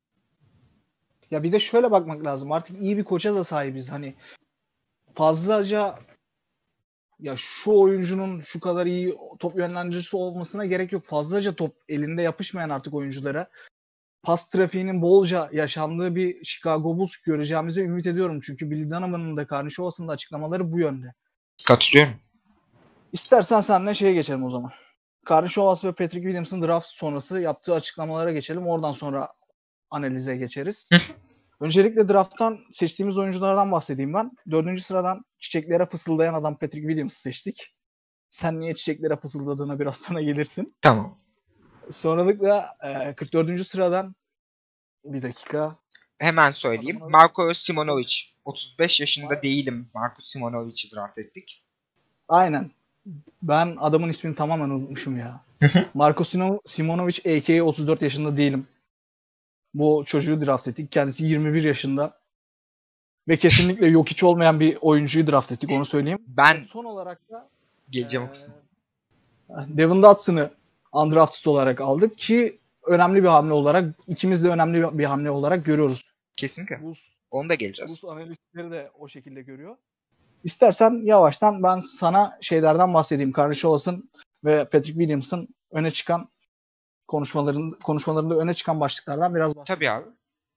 Ya bir de şöyle bakmak lazım. Artık iyi bir koça da sahibiz. Hani fazlaca ya şu oyuncunun şu kadar iyi top yönlendiricisi olmasına gerek yok. Fazlaca top elinde yapışmayan artık oyunculara pas trafiğinin bolca yaşandığı bir Chicago Bulls göreceğimize ümit ediyorum. Çünkü Billy Donovan'ın da Karnişovas'ın da açıklamaları bu yönde. Katılıyorum. İstersen seninle şeye geçelim o zaman. Karnişovas ve Patrick Williams'ın draft sonrası yaptığı açıklamalara geçelim. Oradan sonra analize geçeriz. Öncelikle drafttan seçtiğimiz oyunculardan bahsedeyim ben. Dördüncü sıradan çiçeklere fısıldayan adam Patrick Williams'ı seçtik. Sen niye çiçeklere fısıldadığına biraz sonra gelirsin. Tamam. Sonralıkla e, kırk dördüncü sıradan bir dakika. Hemen söyleyeyim. Adamın adı- Marko Simonovic. otuz beş yaşında Mar- değilim. Marko Simonovic'i draft ettik. Aynen. Ben adamın ismini tamamen unutmuşum ya. Marko Sino- Simonovic a k a otuz dört yaşında değilim. Bu çocuğu draft ettik. Kendisi yirmi bir yaşında. Ve kesinlikle yok hiç olmayan bir oyuncuyu draft ettik, onu söyleyeyim. Ben Ve son olarak da geleceğim e, o kısma. Devin Dotson'ı undrafted olarak aldık ki önemli bir hamle olarak, ikimiz de önemli bir hamle olarak görüyoruz. Kesinlikle. Bulls, Onu da geleceğiz. Bulls analistleri de o şekilde görüyor. İstersen yavaştan ben sana şeylerden bahsedeyim. Karnişovas'ın ve Patrick Williams'ın öne çıkan konuşmalarında, konuşmalarında öne çıkan başlıklardan biraz bahsedeyim. Tabii abi.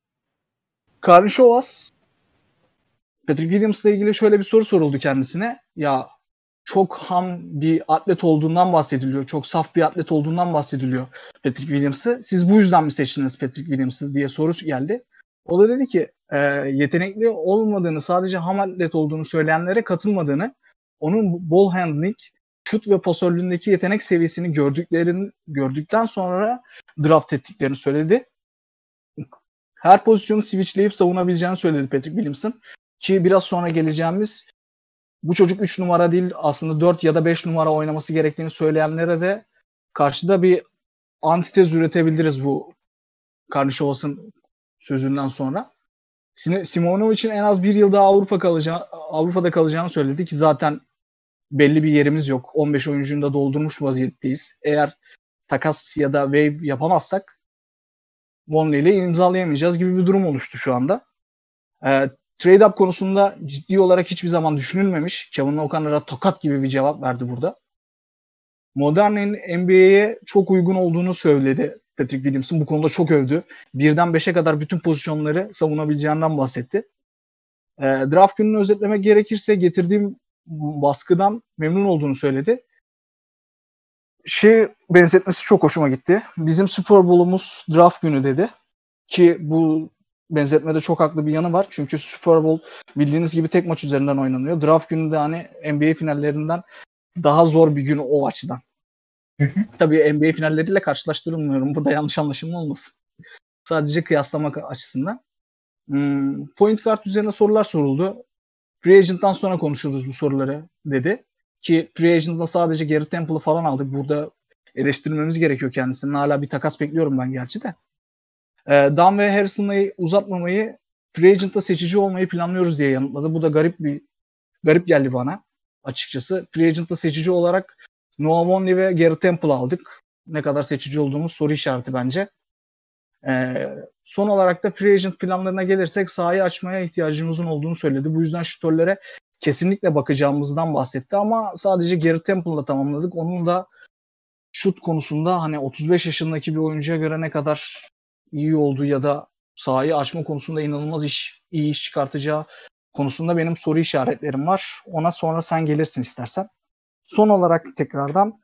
Karnişovas Patrick Williams'la ilgili şöyle bir soru soruldu kendisine. Ya çok ham bir atlet olduğundan bahsediliyor. Çok saf bir atlet olduğundan bahsediliyor Patrick Williams'ı. Siz bu yüzden mi seçtiniz Patrick Williams'ı diye soru geldi. O da dedi ki e, yetenekli olmadığını, sadece ham atlet olduğunu söyleyenlere katılmadığını, onun ball handling, şut ve pasörlüğündeki yetenek seviyesini gördüklerini gördükten sonra draft ettiklerini söyledi. Her pozisyonu switchleyip savunabileceğini söyledi Patrick Williams'ın. Ki biraz sonra geleceğimiz bu çocuk üç numara değil aslında dört ya da beş numara oynaması gerektiğini söyleyenlere de karşıda bir antitez üretebiliriz bu Karnişovas'ın sözünden sonra. Simonovic'in en az bir yıl daha Avrupa kalacağı, Avrupa'da kalacağını söyledi ki zaten belli bir yerimiz yok. on beş oyuncunu da doldurmuş vaziyetteyiz. Eğer takas ya da waive yapamazsak Vonley ile imzalayamayacağız gibi bir durum oluştu şu anda. Ee, Trade-up konusunda ciddi olarak hiçbir zaman düşünülmemiş. Kevin O'Connor'a tokat gibi bir cevap verdi burada. Modern N B A'ye çok uygun olduğunu söyledi Patrick Williams'ın. Bu konuda çok övdü. Birden beşe kadar bütün pozisyonları savunabileceğinden bahsetti. E, draft gününü özetlemek gerekirse getirdiğim baskıdan memnun olduğunu söyledi. Şey benzetmesi çok hoşuma gitti. Bizim Super Bowl'umuz draft günü dedi. Ki bu benzetmede çok haklı bir yanı var. Çünkü Super Bowl bildiğiniz gibi tek maç üzerinden oynanıyor. Draft günü de hani N B A finallerinden daha zor bir gün o açıdan. Hı hı. Tabii N B A finalleriyle karşılaştırılmıyorum. Burada yanlış anlaşılma olmasın. Sadece kıyaslamak açısından. Hmm, point guard üzerine sorular soruldu. Free Agent'tan sonra konuşuruz bu soruları dedi. Ki Free Agent'da sadece Gary Temple'ı falan aldık. Burada eleştirmemiz gerekiyor kendisinin. Hala bir takas bekliyorum ben gerçi de. Ee, Dunn ve Harrison'ı uzatmamayı, Free Agent'ta seçici olmayı planlıyoruz diye yanıtladı. Bu da garip bir garip geldi bana açıkçası. Free Agent'ta seçici olarak Noah Vonleh ve Gary Temple aldık. Ne kadar seçici olduğumuz soru işareti bence. Ee, son olarak da Free Agent planlarına gelirsek sahayı açmaya ihtiyacımızın olduğunu söyledi. Bu yüzden şutörlere kesinlikle bakacağımızdan bahsetti ama sadece Gary Temple'la tamamladık. Onun da şut konusunda hani otuz beş yaşındaki bir oyuncuya göre ne kadar iyi olduğu ya da sahayı açma konusunda inanılmaz iş iyi iş çıkartacağı konusunda benim soru işaretlerim var. Ona sonra sen gelirsin istersen. Son olarak tekrardan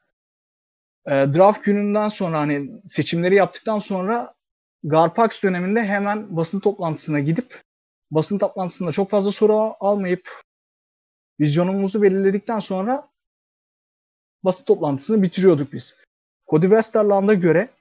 e, draft gününden sonra hani seçimleri yaptıktan sonra Garpax döneminde hemen basın toplantısına gidip basın toplantısında çok fazla soru almayıp vizyonumuzu belirledikten sonra basın toplantısını bitiriyorduk biz. Cody Westerland'a göre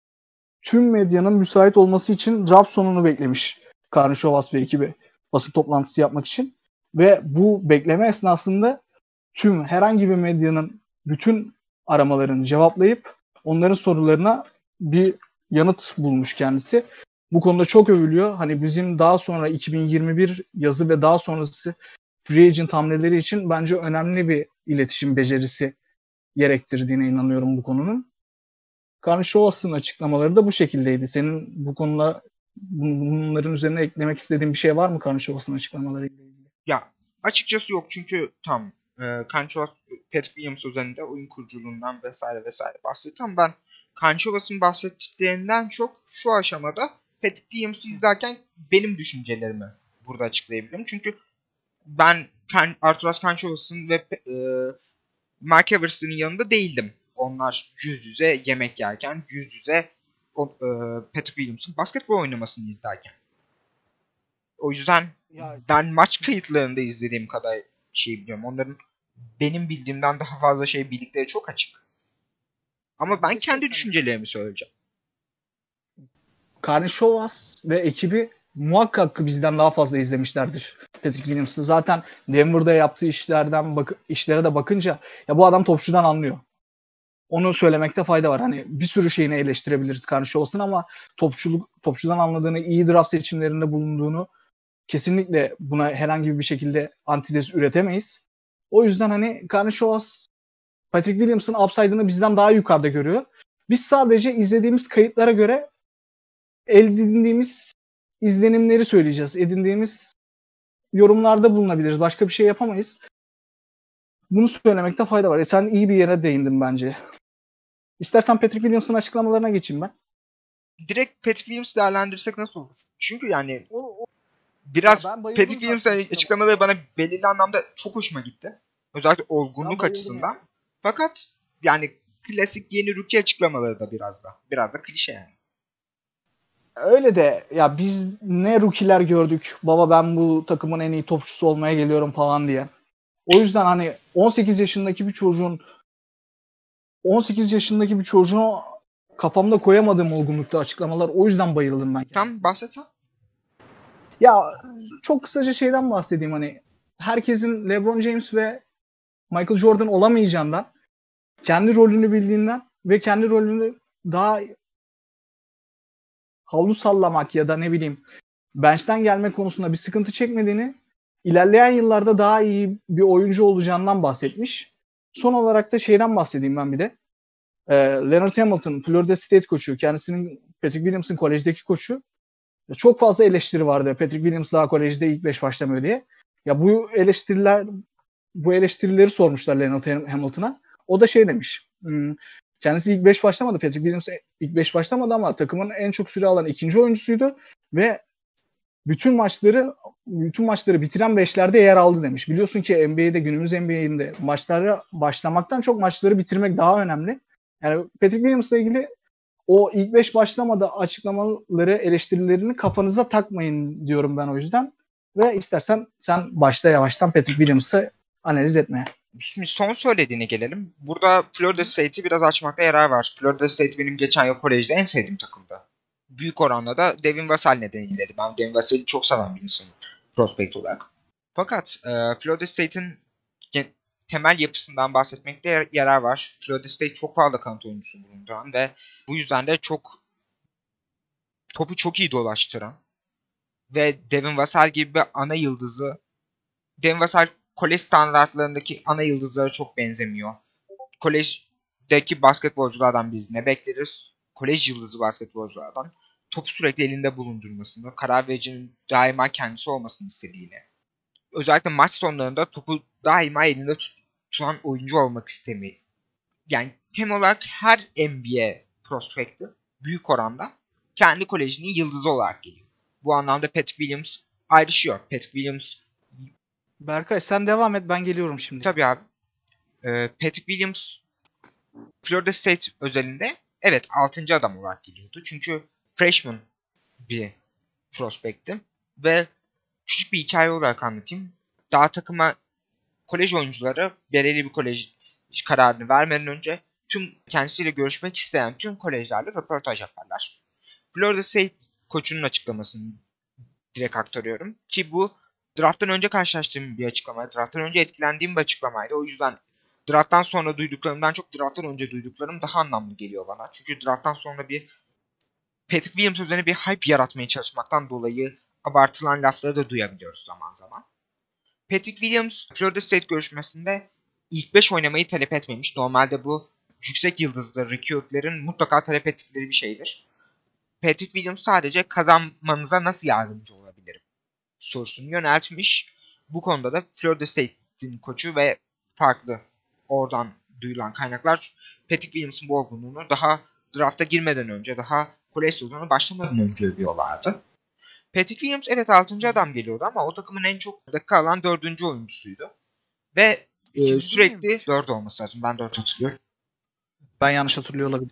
tüm medyanın müsait olması için draft sonunu beklemiş Karnışovas ve ekibi basın toplantısı yapmak için. Ve bu bekleme esnasında tüm herhangi bir medyanın bütün aramalarını cevaplayıp onların sorularına bir yanıt bulmuş kendisi. Bu konuda çok övülüyor. Hani bizim daha sonra iki bin yirmi bir yazı ve daha sonrası free agent hamleleri için bence önemli bir iletişim becerisi gerektirdiğine inanıyorum bu konunun. Karnışovas'ın açıklamaları da bu şekildeydi. Senin bu konuda bunların üzerine eklemek istediğin bir şey var mı Karnışovas'ın açıklamalarıyla ilgili? Ya açıkçası yok çünkü tam e, Karnışovas Patrick Williams üzerinde oyun kuruculuğundan vesaire vesaire bahsetti ama ben Karnışovas'ın bahsettiklerinden çok şu aşamada Patrick Williams'ı izlerken benim düşüncelerimi burada açıklayabilirim. Çünkü ben Arturas Karnışovas'ın ve e, Mark Everson'ın yanında değildim. Onlar yüz yüze yemek yerken, yüz yüze o, e, Patrick Williams'ın basketbol oynamasını izlerken. O yüzden Ya, ben maç kayıtlarında izlediğim kadar şey biliyorum. Onların benim bildiğimden daha fazla şey bildikleri çok açık. Ama ben kendi düşüncelerimi söyleyeceğim. Karnışovas ve ekibi muhakkak bizden daha fazla izlemişlerdir Patrick Williams'ı. Zaten Denver'da yaptığı işlerden bak işlere de bakınca ya bu adam topçudan anlıyor. Onu söylemekte fayda var. Hani bir sürü şeyini eleştirebiliriz Karnışovas'ın ama topçuluk topçudan anladığını, iyi draft seçimlerinde bulunduğunu kesinlikle buna herhangi bir şekilde antitez üretemeyiz. O yüzden hani Karnışovas Patrick Williams'ın upside'ını bizden daha yukarıda görüyor. Biz sadece izlediğimiz kayıtlara göre elde edindiğimiz izlenimleri söyleyeceğiz. Edindiğimiz yorumlarda bulunabiliriz. Başka bir şey yapamayız. Bunu söylemekte fayda var. E sen iyi bir yere değindin bence. İstersen Patrick Williams'ın açıklamalarına geçeyim ben. Direkt Patrick Williams değerlendirsek nasıl olur? Çünkü yani o, o, biraz Patrick Williams'ın açıklamaları bana belirli anlamda çok hoşuma gitti. Özellikle olgunluk açısından. Yani. Fakat yani klasik yeni rookie açıklamaları da biraz da. Biraz da klişe yani. Öyle de ya biz ne rookie'ler gördük. Baba ben bu takımın en iyi topçusu olmaya geliyorum falan diye. O yüzden hani on sekiz yaşındaki bir çocuğun on sekiz yaşındaki bir çocuğun kafamda koyamadığım olgunlukta açıklamalar. O yüzden bayıldım ben. Tam bahsetsen. Ya çok kısaca şeyden bahsedeyim hani herkesin LeBron James ve Michael Jordan olamayacağından, kendi rolünü bildiğinden ve kendi rolünü daha havlu sallamak ya da ne bileyim bench'ten gelme konusunda bir sıkıntı çekmediğini, ilerleyen yıllarda daha iyi bir oyuncu olacağından bahsetmiş. Son olarak da şeyden bahsedeyim ben bir de. Ee, Leonard Hamilton, Florida State koçu, kendisinin Patrick Williams'ın kolejdeki koçu. Çok fazla eleştiri vardı. Patrick Williams daha kolejde ilk beş başlamıyor diye. Ya bu eleştiriler bu eleştirileri sormuşlar Leonard Hamilton'a. O da şey demiş. Hmm, kendisi ilk beş başlamadı. Patrick Williams ilk beş başlamadı ama takımın en çok süre alan ikinci oyuncusuydu ve bütün maçları bütün maçları bitiren beşlerde yer aldı demiş. Biliyorsun ki N B A'de günümüz N B A'inde maçlara başlamaktan çok maçları bitirmek daha önemli. Yani Patrick Williams'la ilgili o ilk beş başlamadı açıklamaları, eleştirilerini kafanıza takmayın diyorum ben o yüzden. Ve istersen sen başla yavaştan Patrick Williams'ı analiz etmeye. Şimdi son söylediğine gelelim. Burada Florida State'i biraz açmakta yarar var. Florida State benim geçen yıl kolejde en sevdiğim takımdı. büyük oranda da Devin Vassell nedeniyle. Ben Devin Vassell'i çok seven bir insanım prospekt olarak. Fakat e, Florida State'in temel yapısından bahsetmekte yarar var. Florida State çok fazla kanat oyuncusu bulunduran ve bu yüzden de çok topu çok iyi dolaştıran ve Devin Vassell gibi bir ana yıldızı, Devin Vassell kolej standartlarındaki ana yıldızlara çok benzemiyor. Kolejdeki basketbolculardan biz ne bekleriz? Kolej yıldızı basketbolculardan topu sürekli elinde bulundurmasını, karar vericinin daima kendisi olmasını istediğini, özellikle maç sonlarında topu daima elinde tutan oyuncu olmak istemiyor. Yani tem olarak her N B A prospekti büyük oranda kendi kolejinin yıldızı olarak geliyor. Bu anlamda Patrick Williams ayrışıyor. Patrick Williams... Berkay sen devam et, ben geliyorum şimdi. Tabii abi. Ee, Patrick Williams Florida State özelinde evet altıncı adam olarak geliyordu. Çünkü freshman bir prospekti. Ve küçük bir hikaye olarak anlatayım. Daha takıma kolej oyuncuları belirli bir kolej kararını vermeden önce tüm kendisiyle görüşmek isteyen tüm kolejlerle röportaj yaparlar. Florida State koçunun açıklamasını direkt aktarıyorum. Ki bu drafttan önce karşılaştığım bir açıklamaydı. Drafttan önce etkilendiğim bir açıklamaydı. O yüzden drafttan sonra duyduklarımdan çok drafttan önce duyduklarım daha anlamlı geliyor bana. Çünkü drafttan sonra bir Patrick Williams üzerine bir hype yaratmaya çalışmaktan dolayı abartılan lafları da duyabiliyoruz zaman zaman. Patrick Williams Florida State görüşmesinde ilk beş oynamayı talep etmemiş. Normalde bu yüksek yıldızlı recruitlerin mutlaka talep ettikleri bir şeydir. Patrick Williams sadece kazanmanıza nasıl yardımcı olabilirim sorusunu yöneltmiş. Bu konuda da Florida State'in koçu ve farklı oradan duyulan kaynaklar Patrick Williams'ın bu olgunluğunu daha drafta girmeden önce, daha kolej sezonu başlamadan önce övüyorlardı. Patrick Williams evet altıncı adam geliyordu ama o takımın en çok dakika alan dördüncü oyuncusuydu. Ve e, sürekli dört olması lazım. Ben dört hatırlıyorum. Ben yanlış hatırlıyor olabilirim.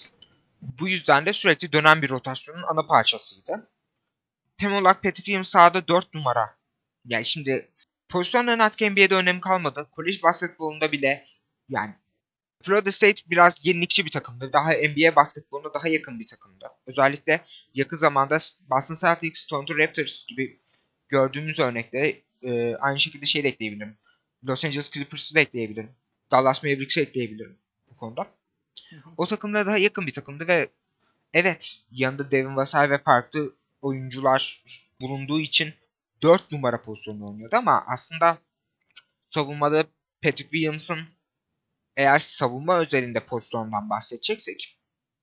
Bu yüzden de sürekli dönen bir rotasyonun ana parçasıydı. Tem olarak Patrick Williams sahada dört numara. Yani şimdi pozisyonların artık N B A'de önemi kalmadı. Kolej basketbolunda bile yani Florida State biraz yenilikçi bir takımdı. Daha N B A basketboluna daha yakın bir takımdı. Özellikle yakın zamanda Boston Celtics, Toronto Raptors gibi gördüğümüz örnekleri e, aynı şekilde şey de ekleyebilirim. Los Angeles Clippers'ı da ekleyebilirim. Dallas Mavericks'i ekleyebilirim bu konuda. Hı hı. O takımda daha yakın bir takımdı ve evet yanında Devin Vassell ve farklı oyuncular bulunduğu için dört numara pozisyonunda oynuyordu ama aslında savunmada Patrick Williams'ın eğer savunma özelinde pozisyondan bahsedeceksek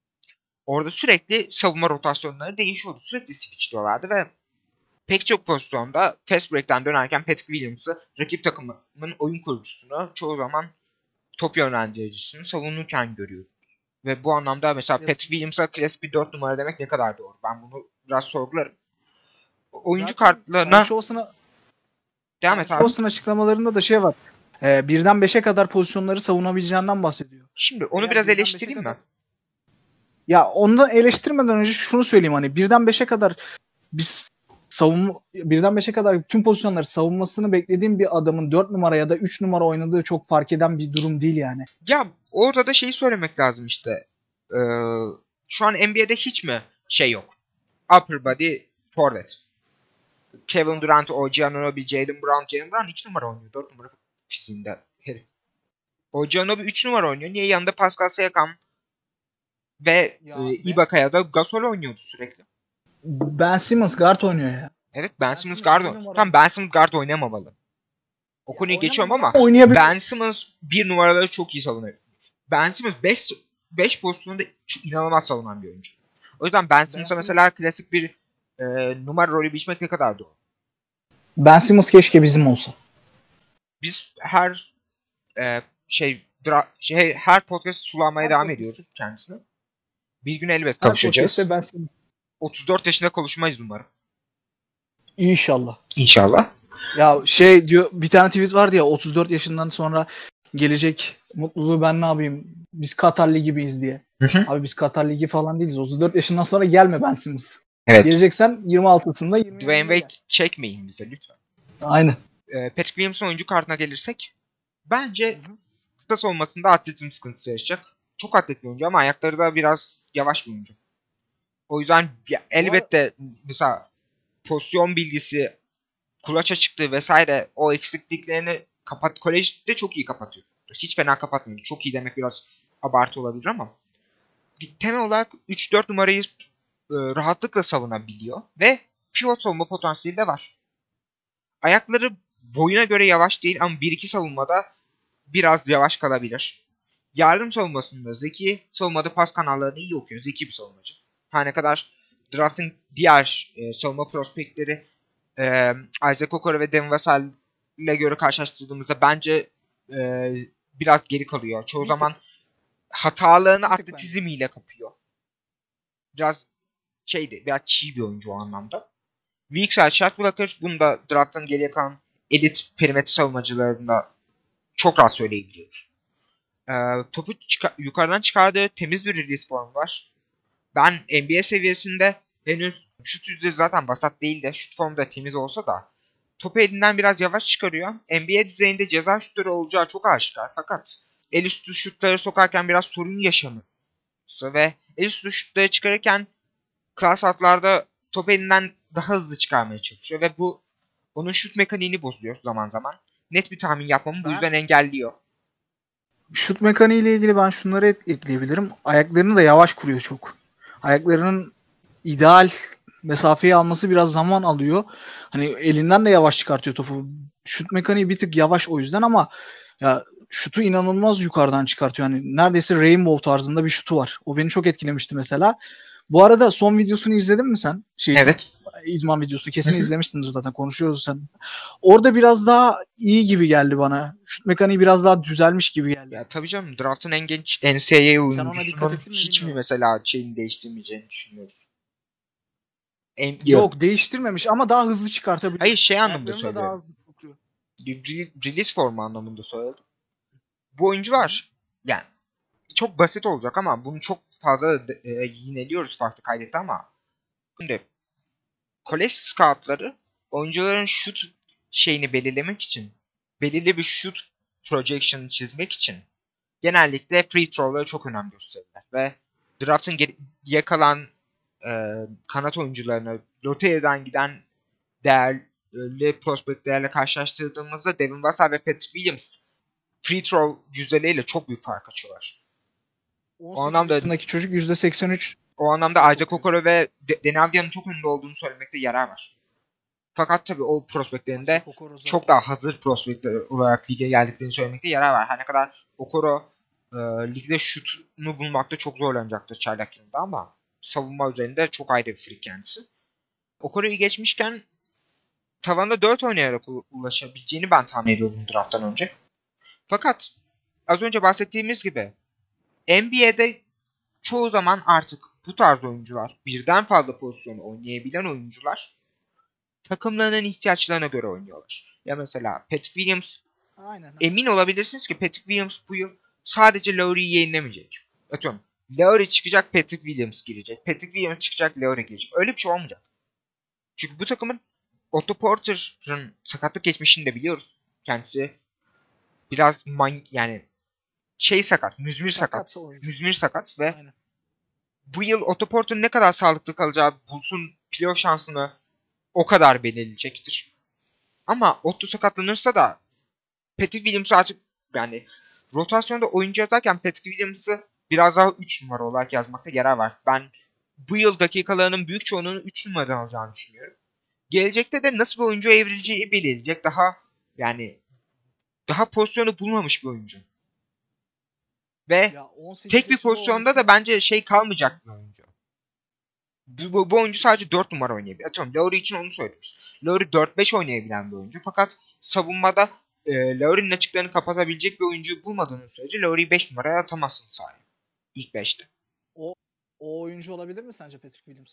orada sürekli savunma rotasyonları değişiyordu. Sürekli switchliyorlardı ve pek çok pozisyonda fast break'ten dönerken Patrick Williams'ı rakip takımının oyun kurucusunu çoğu zaman top yönlendiricisini savunurken görüyoruz. Ve bu anlamda mesela yes. Patrick Williams'a klasik bir dört numara demek ne kadar doğru? Ben bunu biraz sorgularım. Oyuncu zaten kartlarına... Shows'una... Devam et abi. Shows'un açıklamalarında da şey var. Ee, birden beşe kadar pozisyonları savunabileceğinden bahsediyor. Şimdi onu Eğer biraz eleştireyim mi? Kadar... Ya onu da eleştirmeden önce şunu söyleyeyim, hani birden beşe kadar biz savunma birden beşe kadar tüm pozisyonları savunmasını beklediğim bir adamın dört numara ya da üç numara oynadığı çok fark eden bir durum değil yani. Ya orada da şeyi söylemek lazım işte. Ee, şu an N B A'de hiç mi şey yok? Upper body forward. Kevin Durant, O G Anunoby, Jaylen Brown. Jaylen Brown iki numara oynuyor. dört numara fiziğinde herif. O G Anunoby üç numara oynuyor. Niye? Yanında Pascal Siakam ve ya, e, Ibaka'ya da Gasol oynuyordu sürekli. Ben Simmons guard oynuyor ya. Evet Ben, ben Simmons guard oynuyor. Tamam Ben Simmons guard oynamamalı. O konuyu ya, geçiyorum ama Ben Simmons bir numaraları çok iyi savunuyor. Ben Simmons beş pozisyonunda inanılmaz savunan bir oyuncu. O yüzden Ben Simmons'a mesela klasik bir e, numara rolü biçmek ne kadar doğru. Ben Simmons keşke bizim olsa. Biz her e, şey, dra- şey her podcast sulamaya her devam podcast. ediyoruz kendisine. Bir gün elbet kavuşacağız. Ben otuz dört yaşında kavuşmayız umarım. İnşallah. İnşallah. Ya şey diyor, bir tane tweet vardı ya, otuz dört yaşından sonra gelecek mutluluğu ben ne yapayım? Biz Katar Ligi gibiyiz diye. Hı hı. Abi biz Katar Ligi falan değiliz. otuz dört yaşından sonra gelme Ben Simmons. Evet. Geleceksen yirmi altısında yirmi Dwayne Wade çekmeyin bize lütfen. Aynen. Ee, Patrick Williams'ın oyuncu kartına gelirsek bence kısa savunmasında atletizm sıkıntısı yaşayacak. Çok atletli oyuncu ama ayakları da biraz yavaş bir oyuncu. O yüzden ya, elbette mesela pozisyon bilgisi, kulaç açıklığı vesaire o eksikliklerini kapat kolejde çok iyi kapatıyor. Hiç fena kapatmıyor. Çok iyi demek biraz abartı olabilir ama temel olarak üç dört numarayı e, rahatlıkla savunabiliyor ve pivot savunma potansiyeli de var. Ayakları boyuna göre yavaş değil ama bir iki savunmada biraz yavaş kalabilir. Yardım savunmasında zeki, savunmada pas kanallarını iyi okuyor. Zeki bir savunmacı. Her ne kadar draft'ın diğer e, savunma prospektleri e, Isaac Okoro ve Devin Vassell ile göre karşılaştırdığımızda bence e, biraz geri kalıyor. Çoğu Bir zaman hatalarını Bir tık atletizmiyle kapıyor. Biraz şeydi, biraz çiğ bir oyuncu o anlamda. Weak side shot blocker. Bunu da draft'ın geriye kalan elit perimetre savunmacılarında çok rahat söyleyebiliyoruz. Ee, topu çıka- yukarıdan çıkardığı temiz bir release form var. Ben N B A seviyesinde henüz şut yüzde zaten vasat değil de şut formu da temiz olsa da topu elinden biraz yavaş çıkarıyor. N B A düzeyinde ceza şutları olacağı çok aşikar fakat el üstü şutları sokarken biraz sorun yaşanıyor. Ve el üstü şutları çıkarırken klas atlarda top elinden daha hızlı çıkarmaya çalışıyor ve bu onun şut mekaniğini bozuyor zaman zaman. Net bir tahmin yapmamı bu Ben- yüzden engelliyor. Şut mekaniği ile ilgili ben şunları et- ekleyebilirim. Ayaklarını da yavaş kuruyor çok. Ayaklarının ideal mesafeyi alması biraz zaman alıyor. Hani elinden de yavaş çıkartıyor topu. Şut mekaniği bir tık yavaş o yüzden ama ya şutu inanılmaz yukarıdan çıkartıyor. Hani neredeyse Rainbow tarzında bir şutu var. O beni çok etkilemişti mesela. Bu arada son videosunu izledin mi sen? Şey, Evet. İdman videosu kesin izlemişsindir zaten, konuşuyoruz sen. Orada biraz daha iyi gibi geldi bana. Şut mekaniği biraz daha düzelmiş gibi geldi. Ya tabii canım draft'ın en genç N C A A Sen ona dikkat oyuncusunun ettin mi hiç mi bilmiyorum. mesela şeyini değiştirmeyeceğini düşünüyoruz. En, yok. Yok, değiştirmemiş ama daha hızlı çıkartabiliyor. Hayır şey anlamda Ayaklarını da söylüyorum. daha hızlı tutuyor. Re- Release formu anlamında söyledim. Bu oyuncular yani çok basit olacak ama bunu çok fazla e, yineliyoruz farklı kaydette ama şimdi kolej scoutları oyuncuların şut şeyini belirlemek için belirli bir şut projection çizmek için genellikle free throw'lara çok önem gösterirler ve draft'ın geriye kalan e, kanat oyuncularını rotary'den giden değerli prospektlerle karşılaştırdığımızda Devin Vassell ve Patrick Williams free throw yüzdeleriyle çok büyük fark açıyorlar. O anlamda yaşındaki çocuk yüzde seksen üç. O anlamda Isaac Okoro ve Denavdia'nın çok önünde olduğunu söylemekte yarar var. Fakat tabii o prospektlerinde çok daha hazır prospektler olarak lige geldiklerini söylemekte yarar var. Her ne kadar Okoro e, ligde şutunu bulmakta çok zorlanacaktır çaylak yılında ama savunma üzerinde çok ayrı bir freak kendisi. Okoro'yu geçmişken tavanda dört oynayarak ulaşabileceğini ben tahmin ediyordum drafttan önce. Fakat az önce bahsettiğimiz gibi N B A'de çoğu zaman artık bu tarz oyuncular, birden fazla pozisyonu oynayabilen oyuncular takımlarının ihtiyaçlarına göre oynuyorlar. Ya mesela Patrick Williams, aynen, emin olabilirsiniz ki Patrick Williams bu yıl sadece Lowry'i yayınlamayacak. Atıyorum Lowry çıkacak, Patrick Williams girecek. Patrick Williams çıkacak, Lowry girecek. Öyle bir şey olmayacak. Çünkü bu takımın Otto Porter'ın sakatlık geçmişini de biliyoruz. Kendisi biraz man yani şey sakat, müzmir sakat. sakat müzmir sakat ve aynen. Bu yıl Otto Porter'ın ne kadar sağlıklı kalacağı Bulls'un playoff şansını o kadar belirleyecektir. Ama Otto sakatlanırsa da Patrick Williams'ı artık yani rotasyonda oyuncu yazarken Patrick Williams'ı biraz daha üç numara olarak yazmakta yarar var. Ben bu yıl dakikalarının büyük çoğunluğunu üç numaradan alacağını düşünüyorum. Gelecekte de nasıl bir oyuncu evrileceği belirleyecek. Daha yani daha pozisyonu bulmamış bir oyuncu. Ve tek bir pozisyonda da bence şey kalmayacak bir oyuncu. Bu, bu, bu oyuncu sadece dört numara oynayabilir. Atıyorum Lowry için onu söylemiş. Lowry dört beş oynayabilen bir oyuncu. Fakat savunmada e, Lowry'nin açıklarını kapatabilecek bir oyuncuyu bulmadığınız sürece Lowry'yi beş numaraya atamazsın sahaya. İlk beşte. O, o oyuncu olabilir mi sence Patrick Williams?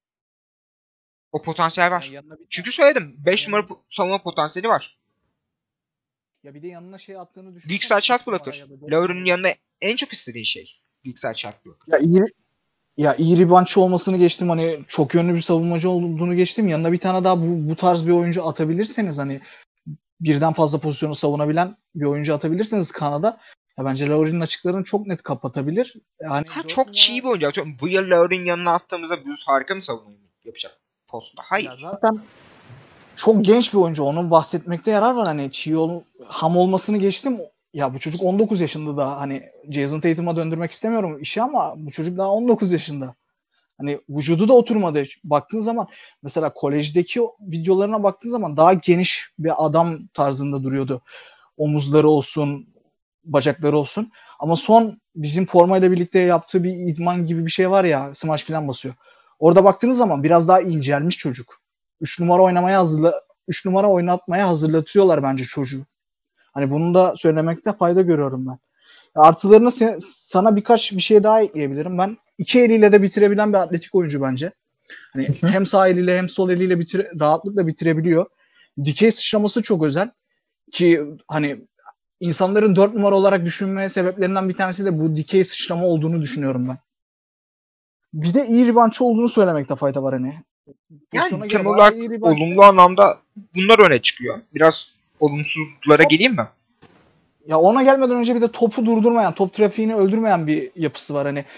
O potansiyel var. Yani çünkü söyledim. beş numara po- savunma potansiyeli var. Ya bir de yanına şey attığını düşün. Weak side shot blocker. Lowry'nin yanına en çok istediği şey. Weak side shot blocker. Ya iyi, ya iyi reboundçı olmasını geçtim, hani çok yönlü bir savunmacı olduğunu geçtim. Yanına bir tane daha bu, bu tarz bir oyuncu atabilirseniz, hani birden fazla pozisyonu savunabilen bir oyuncu atabilirseniz Kanada, Ya bence Lowry'nin açıklarını çok net kapatabilir. Yani Ha, dört çok çiğ numara bir oyuncu. Atıyorum, bu yıl Lowry'nin yanına attığımızda Blues harika mı savunma yapacak postta? ya Hayır. zaten çok genç bir oyuncu. Onun bahsetmekte yarar var. Hani çiğ ol, ham olmasını geçtim. Ya bu çocuk on dokuz yaşında daha. Hani Jason Tatum'a döndürmek istemiyorum işi ama bu çocuk daha on dokuz yaşında. Hani vücudu da oturmadı. Baktığın zaman mesela kolejdeki videolarına baktığın zaman daha geniş bir adam tarzında duruyordu. Omuzları olsun, bacakları olsun. Ama son bizim formayla birlikte yaptığı bir idman gibi bir şey var ya, smaç falan basıyor. Orada baktığınız zaman biraz daha incelmiş çocuk. üç numara oynamaya hazırla üç numara oynatmaya hazırlatıyorlar bence çocuğu. Hani bunu da söylemekte fayda görüyorum ben. Artılarını se- sana birkaç bir şey daha ekleyebilirim. Ben iki eliyle de bitirebilen bir atletik oyuncu bence. Hani Hı hı. hem sağ eliyle hem sol eliyle bitire, rahatlıkla bitirebiliyor. Dikey sıçraması çok özel ki hani insanların dört numara olarak düşünmeye sebeplerinden bir tanesi de bu dikey sıçrama olduğunu düşünüyorum ben. Bir de iyi reboundçı olduğunu söylemekte fayda var hani. Yani Pozisyona göre temel bayağı olarak iyi reboundçı. olumlu anlamda bunlar öne çıkıyor. Biraz olumsuzlara Top, geleyim mi? ya ona gelmeden önce bir de topu durdurmayan, top trafiğini öldürmeyen bir yapısı var hani.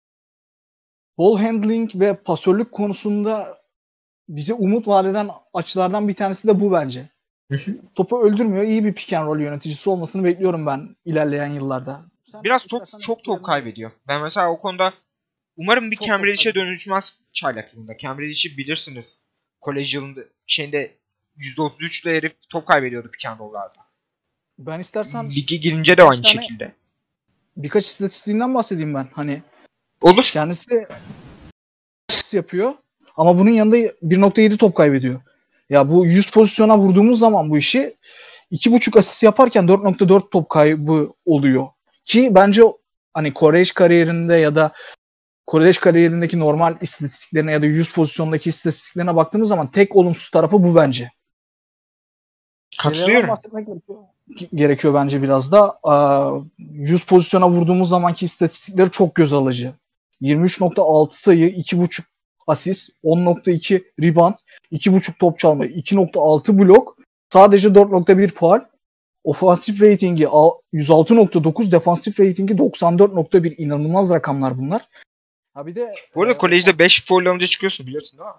Ball handling ve pasörlük konusunda bize umut vaat eden açılardan bir tanesi de bu bence. Hı hı. Topu öldürmüyor. İyi bir pick and roll yöneticisi olmasını bekliyorum ben ilerleyen yıllarda. Sen Biraz çok istersen çok top etkilerini alayım. kaybediyor. Ben mesela o konuda umarım bir Çok Cam top Reddish'e kaybediyor. dönüşmez çaylak yılında. Cam Reddish'i bilirsiniz. Kolej yılında şeyinde yüzde otuz üçle herif top kaybediyordu pick and roll'larda. Ben istersen Lige girince de birkaç aynı tane şekilde. birkaç istatistiğinden bahsedeyim ben. Hani Olur. kendisi asist yapıyor ama bunun yanında bir nokta yedi top kaybediyor. Ya bu yüz pozisyona vurduğumuz zaman bu işi iki buçuk asist yaparken dört nokta dört top kaybı oluyor. Ki bence hani kolej kariyerinde ya da kolej kariyerindeki normal istatistiklerine ya da yüz pozisyondaki istatistiklerine baktığımız zaman tek olumsuz tarafı bu bence. Şeylerden Katılıyorum. bahsetmek gerekiyor, gerekiyor bence biraz da. yüz pozisyona vurduğumuz zamanki istatistikleri çok göz alıcı. yirmi üç nokta altı sayı, iki buçuk asist, on nokta iki rebound, iki buçuk top çalma, iki nokta altı blok, sadece dört nokta bir faul. Ofansif ratingi yüz altı nokta dokuz, defansif ratingi doksan dört nokta bir. İnanılmaz rakamlar bunlar. Ha bir de Bu arada e, kolejde ofansif beş foul alınca çıkıyorsun biliyorsun değil mi?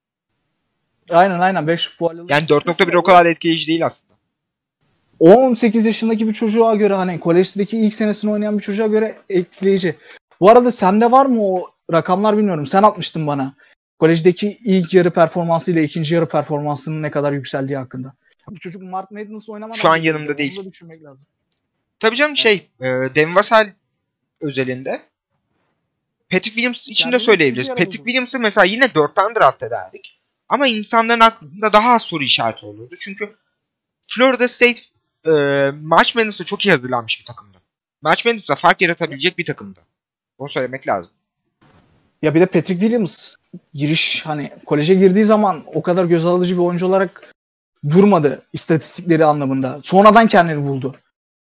aynen aynen beş faul alınca Yani dört nokta çıkıyorsun bir da o o kadar etkileyici değil aslında. on sekiz yaşındaki bir çocuğa göre hani kolejdeki ilk senesini oynayan bir çocuğa göre etkileyici. Bu arada sende var mı o rakamlar bilmiyorum. Sen atmıştın bana. Kolejdeki ilk yarı performansı ile ikinci yarı performansının ne kadar yükseldiği hakkında. Bu çocuk Mark Madness Şu oynamadan an da geliyor. yanımda Onu değil. da düşünmek lazım. Tabii canım Yani şey, e, Devin Vassell özelinde Patrick Williams için de kendini ikinci söyleyebiliriz. yarı Patrick buldu. Williams'ı mesela yine dörtten draft ederdik. Ama insanların aklında daha az soru işareti olurdu. Çünkü Florida State e, March Madness'a çok iyi hazırlanmış bir takımdı. March Madness'a fark yaratabilecek bir takımdı. Onu söylemek lazım. Ya bir de Patrick Williams giriş hani koleje girdiği zaman o kadar göz alıcı bir oyuncu olarak durmadı istatistikleri anlamında. Sonradan kendini buldu.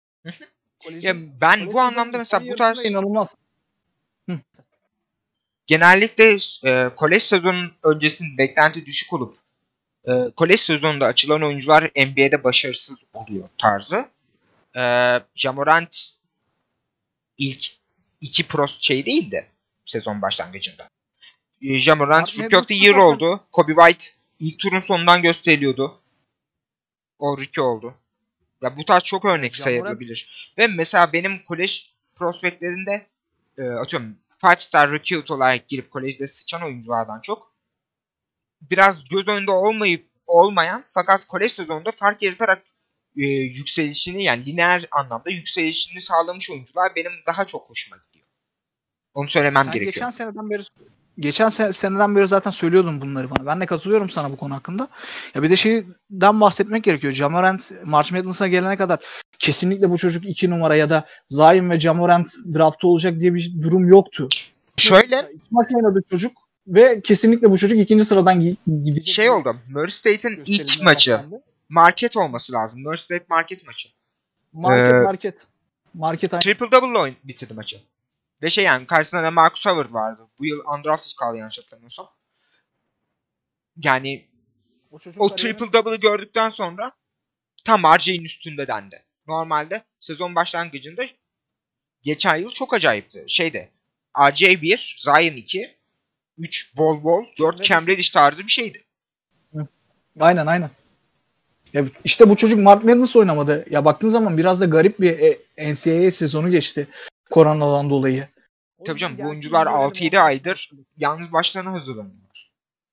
Ya Kolejin ben kolej bu anlamda sezonunun son mesela bu yarısında tarz inanılmaz. Hı. genellikle e, kolej sezonunun öncesinde beklenti düşük olup e, kolej sezonunda açılan oyuncular N B A'de başarısız oluyor tarzı. E, Ja Morant ilk iki pros şey değildi sezon başlangıcında. E, Ja Mark Morant Rookie of the Madness'ta Year zaten oldu. Kobe White ilk turun sonundan gösteriliyordu. O Rookie oldu. Ya bu tarz çok evet, örnek Ja Morant sayılabilir. Ve mesela benim kolej prospektlerinde e, atıyorum five star recruit olarak girip kolejde sıçan oyunculardan çok biraz göz önünde olmayıp olmayan fakat kolej sezonunda fark yaratarak e, yükselişini yani lineer anlamda yükselişini sağlamış oyuncular benim daha çok hoşuma gidiyor. Onu söylemem sen gerekiyor. geçen seneden beri geçen se- seneden beri zaten söylüyordun bunları bana. Ben de katılıyorum sana bu konu hakkında. Ya bir de şeyden bahsetmek gerekiyor. Ja Morant March Madness'a gelene kadar kesinlikle bu çocuk iki numara ya da Zion ve Ja Morant draftı olacak diye bir durum yoktu. Şöyle İki maç oynadı çocuk ve kesinlikle bu çocuk ikinci sıradan gi- gidecek şey diye oldu. Murray State'in ilk gösterilmeye maçı başlandı. market olması lazım. Murray State market maçı. Market Ee, market. Market aynen. triple double oyun bitirdi maçı. Ve şey yani karşısında da Marcus Howard vardı. Bu yıl undrafted kaldı yanlış hatırlamıyorsam. Yani O çocuk o kariyerinin triple double'ı gördükten sonra tam R J'nin üstünde dendi. Normalde sezon başlangıcında geçen yıl çok acayipti. Şeyde R J bir, Zion iki, üç Bol Bol, dört Cam Reddish tarzı bir şeydi. Aynen aynen. Ya işte bu çocuk March Madness oynamadı. Ya baktığın zaman biraz da garip bir N C A A sezonu geçti koronadan dolayı. Tabii canım, bu oyuncular altı yedi aydır yalnız başlarına hazırlanıyorlar.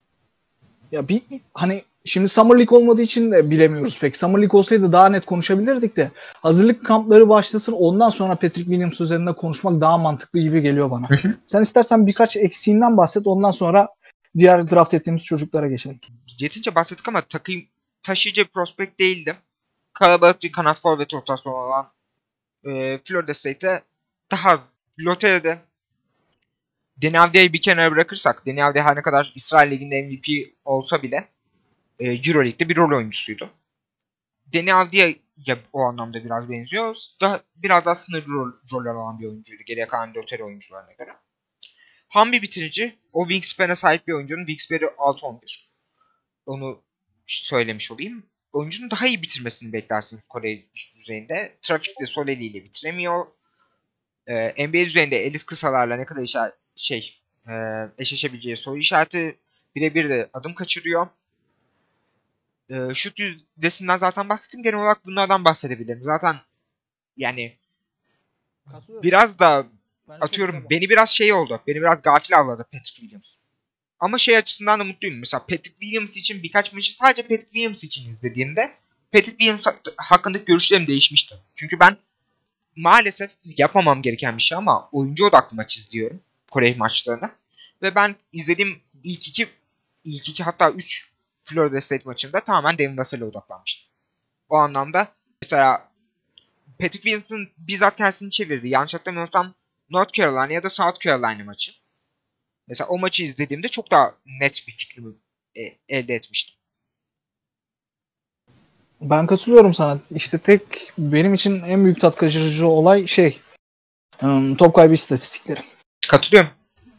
Ya bir hani şimdi Summer League olmadığı için de bilemiyoruz pek. Summer League olsaydı daha net konuşabilirdik de hazırlık kampları başlasın, ondan sonra Patrick Williams üzerinde konuşmak daha mantıklı gibi geliyor bana. Sen istersen birkaç eksiğinden bahset, ondan sonra diğer draft ettiğimiz çocuklara geçelim. Yetince bahsettik ama takım taşıyıcı bir prospect değildi. Kalabalık bir kanat forvet rotasyonu olan e, Florida State'e daha loteride Deni Avdia'yı bir kenara bırakırsak, Deni Avdia her ne kadar İsrail Ligi'nde M V P olsa bile e, Euroleague'de bir rol oyuncusuydu. Deni Avdia'ya o anlamda biraz benziyor. Daha, biraz daha sınırlı rol, rol alan bir oyuncuydu geriye kalan loteri oyuncularına göre. Ham bir bitirici. O wingspan'e sahip bir oyuncunun wingspan'i altı on bir. Onu söylemiş olayım. Oyuncunun daha iyi bitirmesini beklersin Kore düzeyinde. Trafikte sol eliyle bitiremiyor. Ee, N B A düzeyinde elis kısalarla ne kadar işaret, şey e, eşleşebileceği soru işareti, birebir de adım kaçırıyor. Ee, şut yüzdesinden zaten bahsettim. Genel olarak bunlardan bahsedebilirim. Zaten yani biraz da atıyorum beni biraz şey oldu. Beni biraz gafil avladı Patrick Williams. Ama şey açısından da mutluyum. Mesela Patrick Williams için birkaç maçı sadece Patrick Williams için izlediğimde Patrick Williams hakkındaki görüşlerim değişmişti. Çünkü ben maalesef yapamam gereken bir şey ama oyuncu odaklı maç izliyorum. Kore maçlarını. Ve ben izlediğim ilk iki, ilk iki hatta üç Florida State maçında tamamen Devin Vassell'e odaklanmıştım. O anlamda mesela Patrick Williams'ın bizzat kendisini çevirdi. Yanlış hatırlamıyorsam North Carolina ya da South Carolina maçı. Mesela o maçı izlediğimde çok daha net bir fikrimi e, elde etmiştim. Ben katılıyorum sana. İşte tek benim için en büyük tat kaçırıcı olay şey ım, top kaybı istatistikleri. Katılıyorum.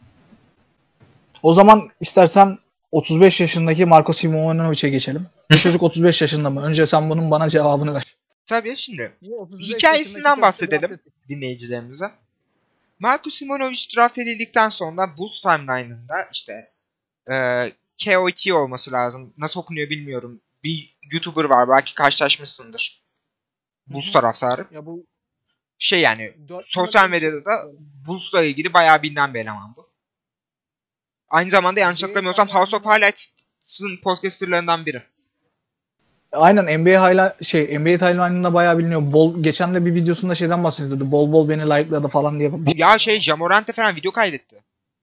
O zaman istersen otuz beş yaşındaki Marko Simonovic'e geçelim. Bu çocuk otuz beş yaşında mı? Önce sen bunun bana cevabını ver. Tabii şimdi. Hikayesinden bahsedelim dinleyicilerimize. Marko Simonovic draft edildikten sonra Bulls timeline'ında işte e, K O T olması lazım. Nasıl okunuyor bilmiyorum. Bir YouTuber var, belki karşılaşmışsındır. Bulls taraftarı. Ya bu şey yani sosyal medyada da Bulls'la ilgili bayağı bilinen bir eleman bu. Aynı zamanda yanlış hatırlamıyorsam House of Highlights'ın podcasterlarından biri. Aynen, N B A hala şey N B A timeline'ında bayağı biliniyor. Bol geçen de bir videosunda şeyden bahsediyordu. Bol bol beni like'ladı falan diye. Ya şey Ja Morant'e falan video kaydetti.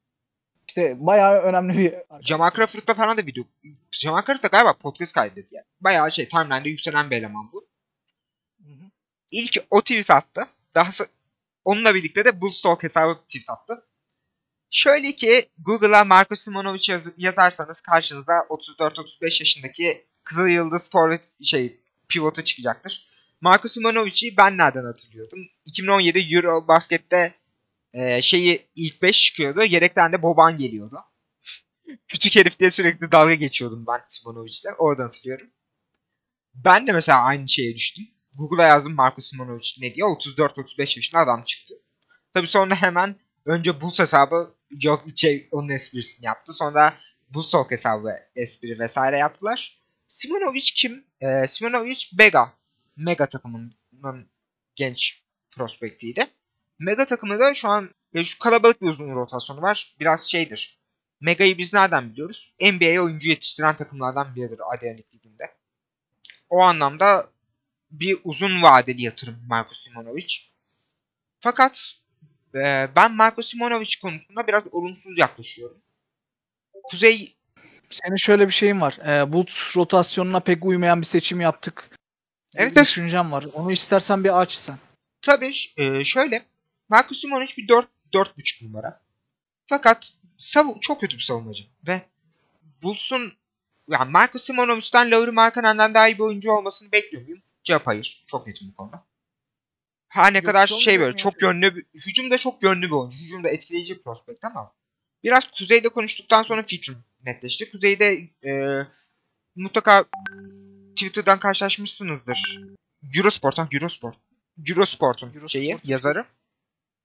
İşte bayağı önemli bir Jamal Crawford'da falan da video. Jamal Crawford'da galiba podcast kaydetti yani. Bayağı şey timeline'da yükselen bir eleman bu. Hı hı. İlk o tweet attı. Daha sonra onunla birlikte de Bulls Talk hesabı tweet attı. Şöyle ki Google'a Marko Simonovic yaz- yazarsanız karşınıza otuz dört otuz beş yaşındaki Kızıl Yıldız forvet şey pivotu çıkacaktır. Marko Simonovic'i ben nereden hatırlıyordum? iki bin on yedi Eurobasket'te e, şeyi ilk beş çıkıyordu. Yedekten de Boban geliyordu. Küçük herif diye sürekli dalga geçiyordum ben Simonovic'le. Oradan hatırlıyorum. Ben de mesela aynı şeye düştüm. Google'a yazdım Marko Simonovic ne diye. otuz dört otuz beş yaşında adam çıktı. Tabii sonra hemen önce Bulls hesabı yok şey onun esprisini yaptı. Sonra Bulls Talk hesabı espri vesaire yaptılar. Simonovic kim? Ee, Simonovic Mega. Mega takımının genç prospektiydi. Mega takımında şu an e, şu kalabalık bir uzun rotasyonu var. Biraz şeydir. Mega'yı biz nereden biliyoruz? N B A'ye oyuncu yetiştiren takımlardan biridir Adriatic Ligi'nde. O anlamda bir uzun vadeli yatırım Marko Simonovic. Fakat e, ben Marko Simonovic konusunda biraz olumsuz yaklaşıyorum. Kuzey... Senin şöyle bir şeyin var. E, Bulls rotasyonuna pek uymayan bir seçim yaptık. Evet, bir düşüncem var. Onu istersen bir aç sen. Tabii e, şöyle. Marko Simonovic bir dört dört buçuk numara. Fakat sav- çok kötü bir savunmacı. Ve Bulls'un yani Marko Simonovic'den Lauri Markkanen'den daha iyi bir oyuncu olmasını bekliyor muyum? Cevap hayır. Çok netim bu konuda. Her ne Yok, kadar şey böyle çok yönlü bir, hücumda çok yönlü bir oyuncu. Hücumda etkileyici bir prospekt ama biraz Kuzey'de konuştuktan sonra fikrim netleşti. Kuzey'de e, mutlaka Twitter'dan karşılaşmışsınızdır. Eurosport, ha Eurosport. Eurosport'un Eurosport şeyi, yazarı.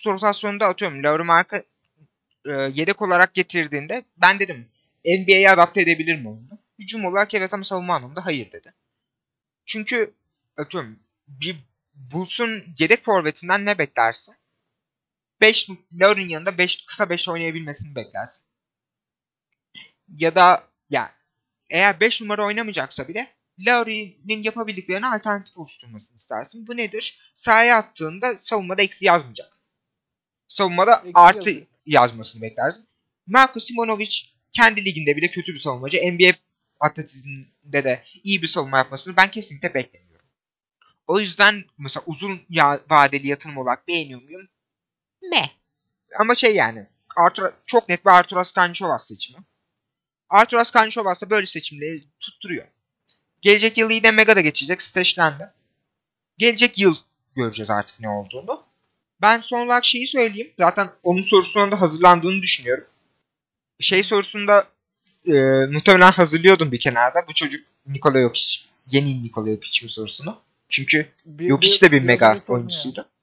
üst rotasyonda atıyorum Lauri Mark'ı e, yedek olarak getirdiğinde ben dedim N B A'ye adapte edebilir mi onu? Hücum olarak evet ama savunma anlamında hayır dedi. Çünkü atıyorum bir Bulls'un yedek forvetinden ne beklersin? beş Lauri'nin yanında beş kısa beş oynayabilmesini beklersin. Ya da yani eğer beş numara oynamayacaksa bile Lauri'nin yapabildiklerine alternatif oluşturmasını istersin. Bu nedir? Sahaya attığında savunmada eksi yazmayacak. Savunmada Eksi artı yazıyor. yazmasını beklersin. Marko Simonovic kendi liginde bile kötü bir savunmacı. N B A atletizminde de iyi bir savunma yapmasını ben kesinlikle beklemiyorum. O yüzden mesela uzun ya- vadeli yatırım olarak beğeniyor muyum? Ne? Ama şey yani Artur, çok net bir Arturas Karnišovas seçimi. Arturas Karnišovas da böyle seçimleri tutturuyor. Gelecek yıl yine Mega'da geçecek. Steşlendi. Gelecek yıl göreceğiz artık ne olduğunu. Ben son olarak şeyi söyleyeyim. Zaten onun sorusuna da hazırlandığını düşünüyorum. Şey sorusunda e, muhtemelen hazırlıyordum bir kenarda. Bu çocuk Nikola Jokic. Yeni Nikola Jokic mi sorusunu. Çünkü Bir, Jokic bir, de bir biraz mega önce sordum oyuncusuydu. ya.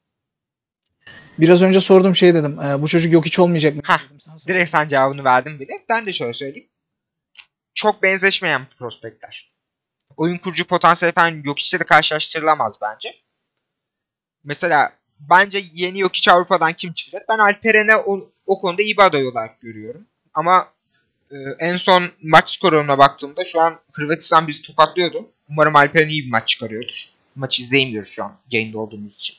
Biraz önce sordum şey dedim. E, bu çocuk yok hiç olmayacak mı Hah, dedim. Sen sor. direkt sen cevabını verdin bile. Ben de şöyle söyleyeyim. Çok benzeşmeyen prospektler. Oyun kurucu potansiyeli falan Jokic'le de karşılaştırılamaz bence. Mesela bence yeni Jokic Avrupa'dan kim çıkacak? Ben Alperen'e o, o konuda iyi bir aday olarak görüyorum. Ama e, en son maç skoruna baktığımda şu an Hırvatistan bizi tokatlıyordu. Umarım Alperen iyi bir maç çıkarıyordur. Maçı izleyemiyoruz şu an yayında olduğumuz için.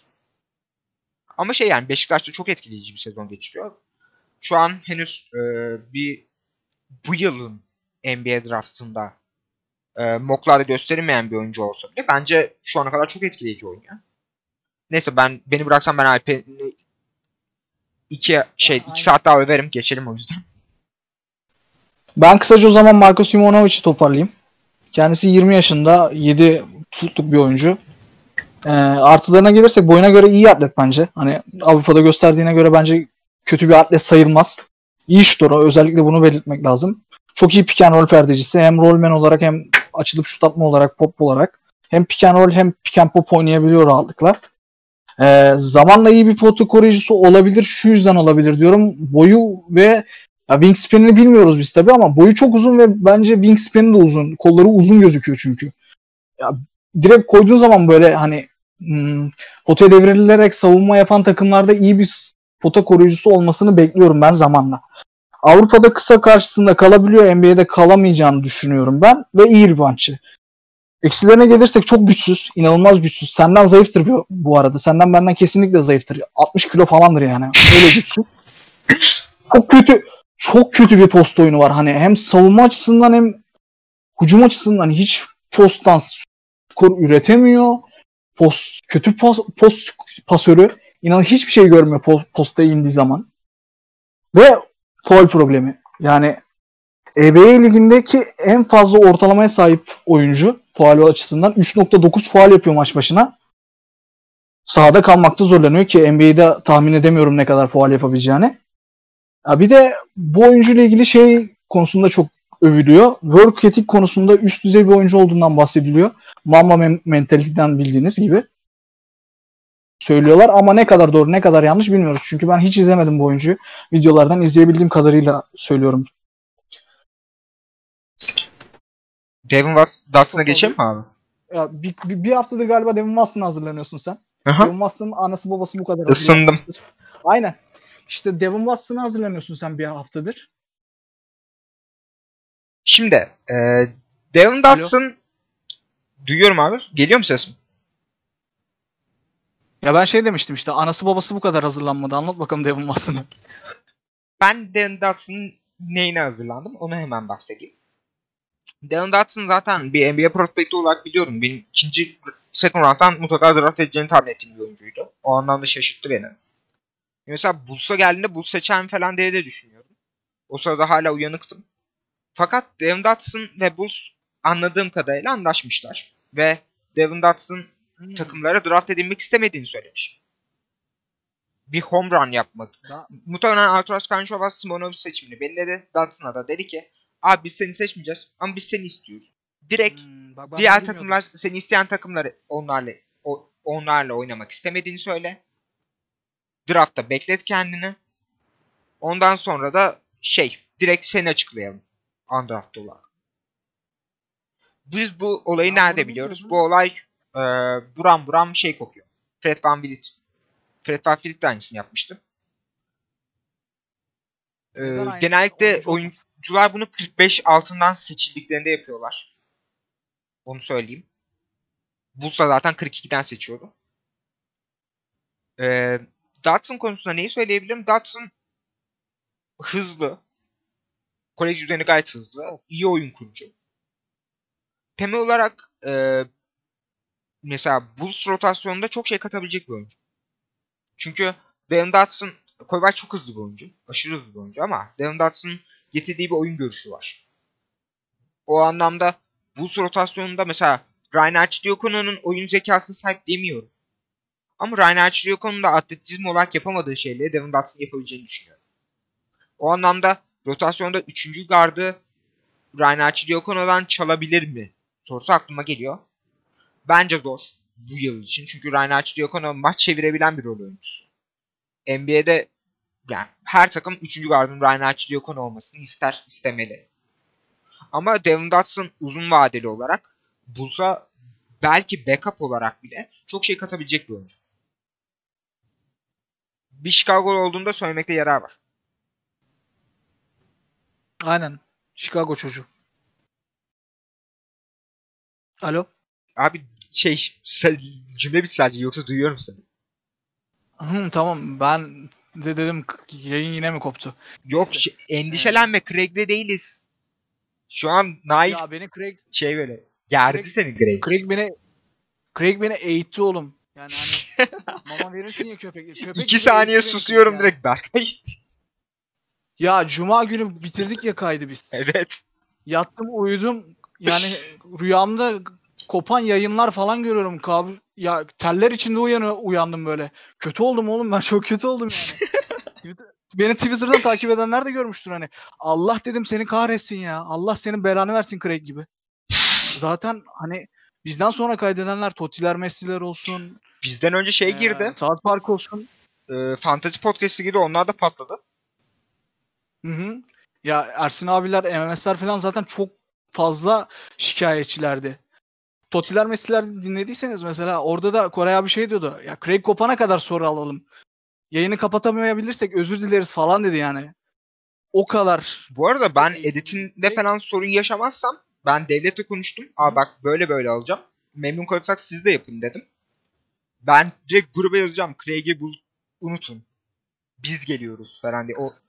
Ama şey yani Beşiktaş'ta çok etkileyici bir sezon geçiriyor. Şu an henüz e, bir bu yılın N B A draftında e, mocklarda gösterilmeyen bir oyuncu olsa bile bence şu ana kadar çok etkileyici oynuyor. Neyse ben beni bıraksam ben Alper'i iki şey Aa, iki aynen. saat daha överim. Geçelim o yüzden. Ben kısaca o zaman Marko Simonovic'i toparlayayım. Kendisi yirmi yaşında, yedi futluk bir oyuncu. Ee, artılarına gelirsek boyuna göre iyi atlet bence. Hani Avrupa'da gösterdiğine göre bence kötü bir atlet sayılmaz. İyi şutör, özellikle bunu belirtmek lazım. Çok iyi pick and roll perdecisi. Hem rollman olarak hem açılıp şut atma olarak, pop olarak. Hem pick and roll hem pick and pop oynayabiliyor rahatlıkla. Ee, zamanla iyi bir potu koruyucusu olabilir. Şu yüzden olabilir diyorum. Boyu ve ya wingspani'ini bilmiyoruz biz tabii ama boyu çok uzun ve bence wingspani de uzun. Kolları uzun gözüküyor çünkü. Ya, direkt koyduğun zaman böyle hani hmm, potaya devrilerek savunma yapan takımlarda iyi bir pota koruyucusu olmasını bekliyorum ben zamanla. Avrupa'da kısa karşısında kalabiliyor. N B A'de kalamayacağını düşünüyorum ben. Ve iyi reboundçı. Eksilerine gelirsek çok güçsüz. İnanılmaz güçsüz. Senden zayıftır bu, bu arada. Senden benden kesinlikle zayıftır. altmış kilo falandır yani. Öyle güçsüz. Çok kötü çok kötü bir post oyunu var. Hani hem savunma açısından hem hücum açısından hiç posttan skor üretemiyor. Post kötü post, post pasörü. İnan hiçbir şey görmüyor post, posta indiği zaman. Ve foul problemi. Yani N B A ligindeki en fazla ortalamaya sahip oyuncu faul açısından üç nokta dokuz faul yapıyor maç başına. Sahada kalmakta zorlanıyor ki N B A'de tahmin edemiyorum ne kadar faul yapabileceğini. Ya bir de bu oyuncuyla ilgili şey konusunda çok övülüyor. Work ethic konusunda üst düzey bir oyuncu olduğundan bahsediliyor. Mamba men- mentaliteden bildiğiniz gibi söylüyorlar ama ne kadar doğru ne kadar yanlış bilmiyoruz. Çünkü ben hiç izlemedim bu oyuncuyu. Videolardan izleyebildiğim kadarıyla söylüyorum. Devin Watson'a Çok fazla. geçelim mi abi? Ya bir, bir, bir haftadır galiba Devin Watson'a hazırlanıyorsun sen. Aha. Devin Watson'ın anası babası bu kadar Isındım. hazırlanmıştır. Aynen. İşte Devin Watson'a hazırlanıyorsun sen bir haftadır. Şimdi e, Devin Watson duyuyorum abi. Geliyor mu sesim? Ya ben şey demiştim işte anası babası bu kadar hazırlanmadı. Anlat bakalım Devin Watson'ı. Ben Devin Watson'ın neyine hazırlandım? Onu hemen bahsedeyim. Devin Watson zaten bir N B A prospekti olarak biliyorum. Benim ikinci second round'dan mutlaka draft edeceğini tahmin ettiğim bir oyuncuydu. O anlamda şaşırttı beni. Mesela Bulls'a geldiğinde Bulls seçen falan diye de düşünüyordum. O sırada hala uyanıktım. Fakat Devin Watson ve Bulls anladığım kadarıyla anlaşmışlar. Ve Devin Watson Hmm. takımlara draft edilmek istemediğini söylemiş. Bir home run yapmak. Da- Muhtemelen Arturas Karnišovas Simonovic seçimini belirledi. Watson'a da dedi ki abi biz seni seçmeyeceğiz ama biz seni istiyoruz. Direkt Hmm, bak ben diğer bunu bilmiyordum. takımlar seni isteyen takımları onlarla o, onlarla oynamak istemediğini söyle. Draft'ta beklet kendini. Ondan sonra da şey direkt seni açıklayalım. Undraft olarak. Biz bu olayı Ben nerede bunu biliyoruz? bilmiyordum. Bu olay e, buram buram şey kokuyor. Fred VanVleet. Fred VanVleet de aynısını yapmıştı. E, Neden aynı genellikle oyuncu olmasın? oyuncular bunu kırk beş altından seçildiklerinde yapıyorlar. Onu söyleyeyim. Bulls da zaten kırk ikiden seçiyordu. E, Dotson konusunda neyi söyleyebilirim? Dotson hızlı. Kolej düzeni gayet hızlı. İyi oyun kurucu. Temel olarak e, mesela Bulls rotasyonunda çok şey katabilecek bir oyuncu. Çünkü Devin Dotson, Kobe çok hızlı bir oyuncu. Aşırı hızlı bir oyuncu ama Devin Dotson'ın getirdiği bir oyun görüşü var. O anlamda Bulls rotasyonunda mesela Ryan Arcidiacono'nun oyun zekasına sahip demiyorum. Ama Ryan Arcidiacono'nun da atletizm olarak yapamadığı şeyleri Devin Dotson yapabileceğini düşünüyorum. O anlamda rotasyonda üçüncü gardı Ryan Arcidiacono'dan çalabilir mi sorusu aklıma geliyor. Bence zor bu yıl için. Çünkü Ryan Arcidiacono maç çevirebilen bir rol oyuncusu. N B A'de yani her takım üçüncü gardın Ryan Arcidiacono olmasını ister, istemeli. Ama Devin Dotson uzun vadeli olarak Bulls'a belki backup olarak bile çok şey katabilecek bir oyuncu. Bir Chicago olduğunda söylemekte yarar var. Aynen. Chicago çocuğu. Alo. Abi şey cümle bit sadece yoksa duyuyorum seni. Hı, tamam ben de dedim yayın yine mi koptu? Yok Neyse. şey, endişelenme Craig'de değiliz. Şu an Nail Ya beni Craig şey böyle gerdi Craig, seni Craig. Craig beni Craig beni eğitti oğlum. Yani hani mama verirsin ya köpek. Köpek İki gibi saniye eğitti beni Craig susuyorum yani. direkt Berkay. Ya cuma günü bitirdik ya kaydı biz. Evet. Yattım uyudum. Yani rüyamda kopan yayınlar falan görüyorum. Kab ya teller içinde uyanı uyandım böyle. Kötü oldum oğlum ben çok kötü oldum yani. Twitter- Beni Twitter'dan takip edenler de görmüştür hani. Allah dedim seni kahretsin ya. Allah senin belanı versin Craig gibi. Zaten hani bizden sonra kaydedenler Totiler Messi'ler olsun. Bizden önce şey Eee girdi. South Park olsun. E, Fantasy Podcast'ı girdi. Onlar da patladı. Hı hı. Ya Ersin abiler, M M S'ler falan zaten çok fazla şikayetçilerdi. Totiler Messi'ler dinlediyseniz mesela orada da Koray abi şey diyordu. Ya Craig kopana kadar soru alalım. Yayını kapatamayabilirsek özür dileriz falan dedi yani. O kadar Bu arada ben eğitti bizi editinde Craig. falan sorun yaşamazsam ben devletle konuştum. Aa Hı. bak böyle böyle alacağım. Memnun kalırsak siz de yapın dedim. Ben direkt gruba yazacağım. Craig'i bul unutun. Biz geliyoruz falan diye. O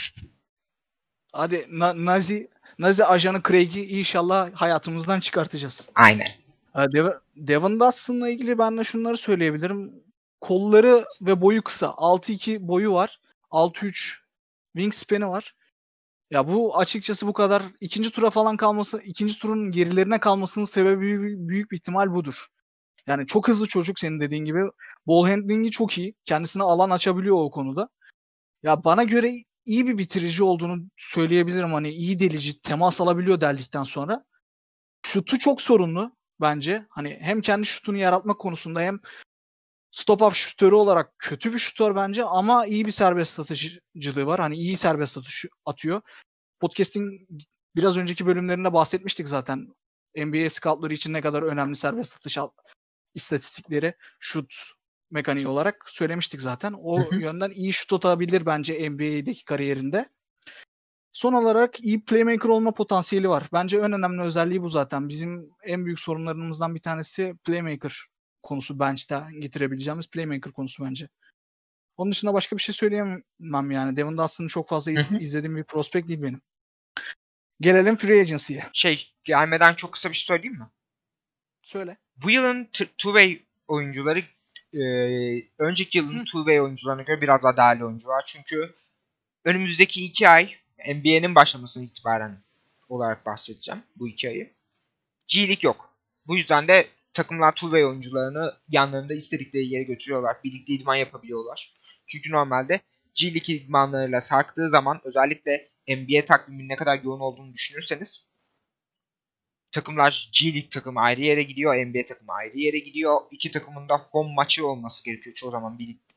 Hadi Na- Nazi Nazi ajanı Craig'i inşallah hayatımızdan çıkartacağız. aynen. Ha, Dev- Devin Dotson'la ilgili ben de şunları söyleyebilirim. Kolları ve boyu kısa. altı iki boyu var. altı üç wingspan'i var. Ya bu açıkçası bu kadar ikinci tura falan kalması, ikinci turun gerilerine kalmasının sebebi büyük, büyük bir ihtimal budur. Yani çok hızlı çocuk senin dediğin gibi. Ball handling'i çok iyi. Kendisine alan açabiliyor o konuda. Ya bana göre iyi bir bitirici olduğunu söyleyebilirim. Hani iyi delici, temas alabiliyor deldikten sonra. Şutu çok sorunlu bence. Hani hem kendi şutunu yaratmak konusunda hem stop-up şutörü olarak kötü bir şutör bence ama iyi bir serbest atıcılığı var. Hani iyi serbest atış atıyor. Podcast'in biraz önceki bölümlerinde bahsetmiştik zaten. N B A scoutları için ne kadar önemli serbest atış istatistikleri, şut mekaniği olarak söylemiştik zaten. Hı O hı. yönden iyi şut atabilir bence N B A'deki kariyerinde. Son olarak iyi playmaker olma potansiyeli var. Bence en önemli özelliği bu zaten. Bizim en büyük sorunlarımızdan bir tanesi playmaker konusu bench'te getirebileceğimiz playmaker konusu bence. Onun dışında başka bir şey söyleyemem yani. Devin Dotson'ı çok fazla Hı iz- hı. izlediğim bir prospect değil benim. Gelelim free agency'ye. Şey gelmeden çok kısa bir şey söyleyeyim mi? Söyle. Bu yılın t- two-way oyuncuları e, önceki yılın Hı. two-way oyuncularına göre biraz daha değerli oyuncular. Çünkü önümüzdeki iki ay N B A'nin başlamasından itibaren olarak bahsedeceğim bu iki ayı. G League yok. Bu yüzden de takımlar two-way oyuncularını yanlarında istedikleri yere götürüyorlar. Birlikte idman yapabiliyorlar. Çünkü normalde G League idmanlarıyla sarktığı zaman özellikle N B A takviminin ne kadar yoğun olduğunu düşünürseniz takımlar G League takımı ayrı yere gidiyor, N B A takımı ayrı yere gidiyor. İki takımın da home maçı olması gerekiyor çoğu zaman birlikte.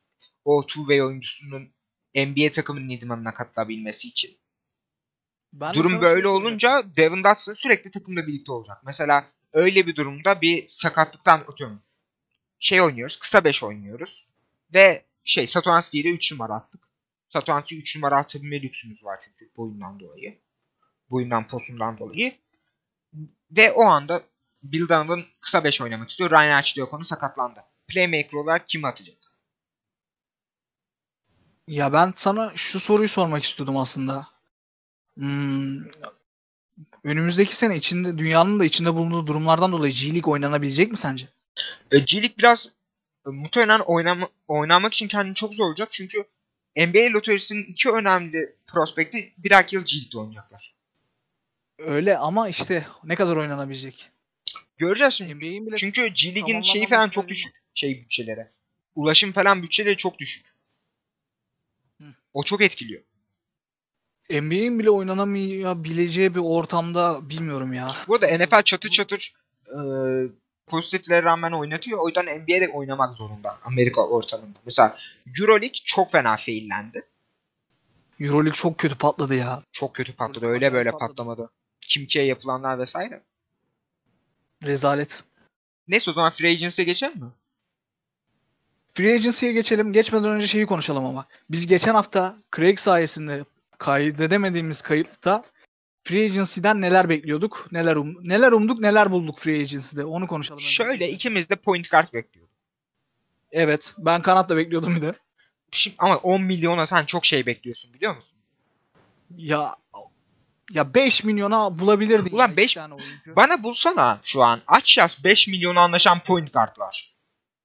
o two-way oyuncusunun N B A takımının idmanına katılabilmesi için. Ben de Durum sana böyle şey olunca Devin Dotson sürekli takımda birlikte olacak. Mesela öyle bir durumda bir sakatlıktan atıyorum. Şey oynuyoruz. Kısa beş oynuyoruz. Ve şey Satoranski'yi de üç numara attık. Satoranski'yi üç numara atabilme lüksümüz var çünkü boyundan dolayı. Boyundan posundan dolayı. Ve o anda Bill Donovan kısa beş oynamak istiyor. Ryan Archidioko'nu sakatlandı. Playmaker olarak kim atacak? Ya ben sana şu soruyu sormak istiyordum aslında. Hmm, önümüzdeki sene içinde dünyanın da içinde bulunduğu durumlardan dolayı G League oynanabilecek mi sence? E, G League biraz e, muhtemelen oynama, oynamak için kendini çok zor olacak. Çünkü N B A loterisinin iki önemli prospekti bir dahaki yıl G League'de oynayacaklar. Öyle ama işte ne kadar oynanabilecek? Göreceğiz şimdi. N B A'in bile Çünkü G League'in şeyi tamamlanma falan çok süreci- düşük. Şey bütçeleri. Ulaşım falan bütçeleri çok düşük. Hı. O çok etkiliyor. N B A'in bile oynanamayabileceği bir ortamda bilmiyorum ya. Bu arada Nasıl- N F L çatır çatır e, pozitiflere rağmen oynatıyor. O yüzden N B A'de oynamak zorunda. Amerika ortamında. Mesela Euroleague çok fena faillendi. Euroleague çok kötü patladı ya. Çok kötü patladı. Euroleague Öyle acayip böyle patladı. patlamadı. Kimkiye yapılanlar vesaire. Rezalet. Neyse o zaman Free Agency'ye geçelim mi? Free Agency'ye geçelim. Geçmeden önce şeyi konuşalım ama. Biz geçen hafta Craig sayesinde kaydedemediğimiz kayıpta Free Agency'den neler bekliyorduk, neler um neler umduk, neler bulduk Free Agency'de. Onu konuşalım. Şöyle öncelikle. ikimiz de point guard bekliyorduk. Evet. Ben kanatla bekliyordum bir de. Şimdi, ama on milyona sen çok şey bekliyorsun biliyor musun? Ya ya beş milyona bulabilirdin. Ulan ya beş iki tane oyuncu. Bana bulsana şu an. Aç yaz beş milyona anlaşan point guard var.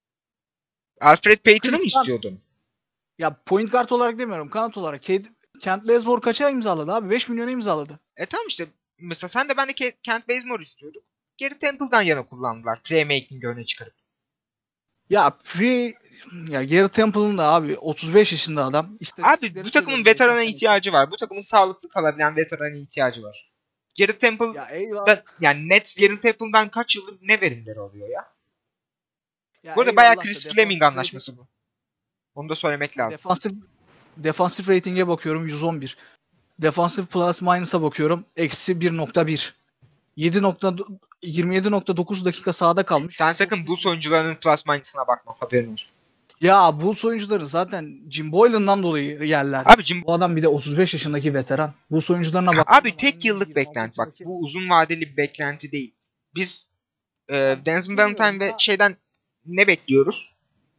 Alfred Payton'ı mı Chris istiyordun? Ya point guard olarak demiyorum. Kanat olarak. Ked Kent Bazemore kaça imzaladı abi? beş milyona imzaladı. E tamam işte. Mesela sen de ben de Ke- Kent Bazemore istiyorduk. Geri Temple'dan yana kullandılar. Playmaking'i öne çıkarıp. Ya Free ya Gary Temple'ın da abi otuz beş yaşında adam. Abi İstatistikleri bu takımın söylüyorum veterana geçen sene. ihtiyacı var. Bu takımın sağlıklı kalabilen veterana ihtiyacı var. Gary Temple Ya eyvallah. da, yani Nets Gary Temple'dan kaç yıldır ne verimleri alıyor ya? Ya Bu arada bayağı eyvallah da Chris defansif Fleming rating- anlaşması bu. Onu da söylemek lazım. Defansif defansif rating'e bakıyorum yüz on bir. Defansif plus minus'a bakıyorum eksi bir nokta bir. yedi nokta yirmi yedi nokta dokuz dakika sahada kalmış. Sen sakın Bulls oyuncularının plus minus'ına bakma. Haberin olsun. Ya bu oyuncuları zaten Jim Boylan'dan dolayı yerler. Abi Jim Bu adam bir de otuz beş yaşındaki veteran. Bu oyuncularına bak. Abi tek yıllık beklenti bak. Bu uzun vadeli bir beklenti değil. Biz e, Denzel Valentine ve şeyden ne bekliyoruz?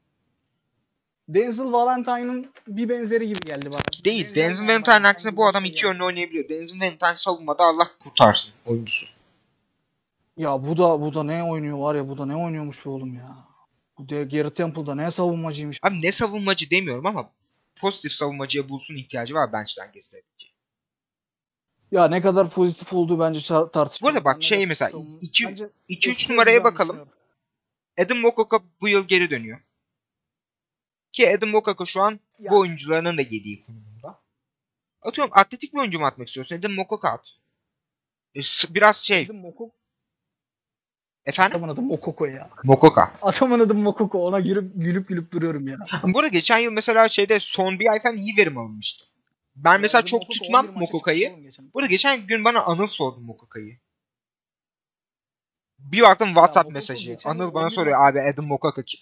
Denzel Valentine'ın bir benzeri gibi geldi bana. Değil. Denzel Denzel Valentine Valentine'ın aksine gibi bu bir adam şey iki geldi. yönlü oynayabiliyor. Denzel Valentine savunmada Allah kurtarsın oyuncusu. Ya bu da bu da ne oynuyor var ya bu da ne oynuyormuş be oğlum ya. Bu de Gary Temple'da ne savunmacıymış. Abi ne savunmacı demiyorum ama pozitif savunmacıya Bulls'un ihtiyacı var bench'ten getirebileceği. Ya ne kadar pozitif olduğu bence çar- tartışmalı. Bu arada bak Ben şey negatif mesela savunma- iki Bence üç eksi numaraya yazacağını bakalım. düşünüyorum. Adam Mokoka bu yıl geri dönüyor. Ki Adam Mokoka şu an Ya. bu oyuncularının da yediği konumunda. Atıyorum atletik bir oyuncu mu atmak istiyorsun? Adam Mokoka at. E, s- Biraz şey. Adım Mokoko. Efendim? Adamın adı Mokoko ya. Mokoka. Adamın adı Mokoko. Ona gülüp gülüp gülüp duruyorum ya. Bu arada geçen yıl mesela şeyde son bir ay falan iyi verim alınmıştı. Ben mesela Adım çok Mokoko tutmam on bir maça çıkmış Mokoka'yı. oğlum geçen. Bu arada geçen gün bana Anıl sordu Mokoka'yı. Bir baktım WhatsApp Mokoko mesajı. geçen yıl Anıl bana on bir soruyor abi Adam Mokoka kim?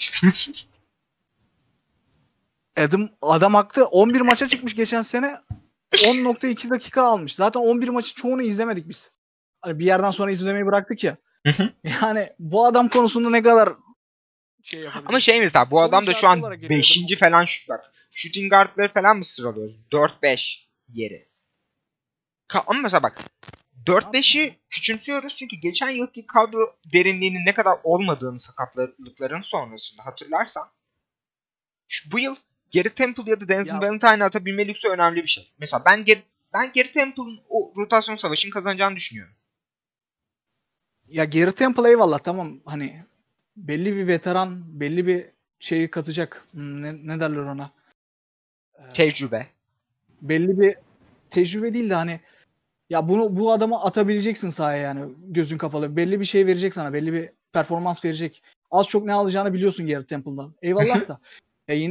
Adam, adam haklı. on bir maça çıkmış geçen sene. on nokta iki dakika almış. Zaten on bir maçı çoğunu izlemedik biz. Hani bir yerden sonra izlemeyi bıraktık ya. Yani bu adam konusunda ne kadar şey yapabilir. Ama şey mesela bu Soru adam da şu işareti an olarak geliyor beşinci Adam falan şut bak. Shooting guardları falan mı sıralıyoruz? dört beş yeri. Ka- Ama mesela bak dört beşi küçümsüyoruz çünkü geçen yılki kadro derinliğinin ne kadar olmadığını sakatlıkların sonrasında hatırlarsan şu, bu yıl Gary Temple ya da Denzel Ya- Valentine'ı atabilme lüksü önemli bir şey. Mesela ben Gary, ben Gary Temple'ın o rotasyon savaşını kazanacağını düşünüyorum. Ya Gary Temple eyvallah tamam hani belli bir veteran belli bir şeyi katacak. Hmm, Ne, ne derler ona? Ee, Tecrübe. belli bir tecrübe değil de hani ya bunu bu adamı atabileceksin sahaya yani gözün kapalı. Belli bir şey verecek sana. Belli bir performans verecek. Az çok ne alacağını biliyorsun Gary Temple'dan. Eyvallah da. Ya yine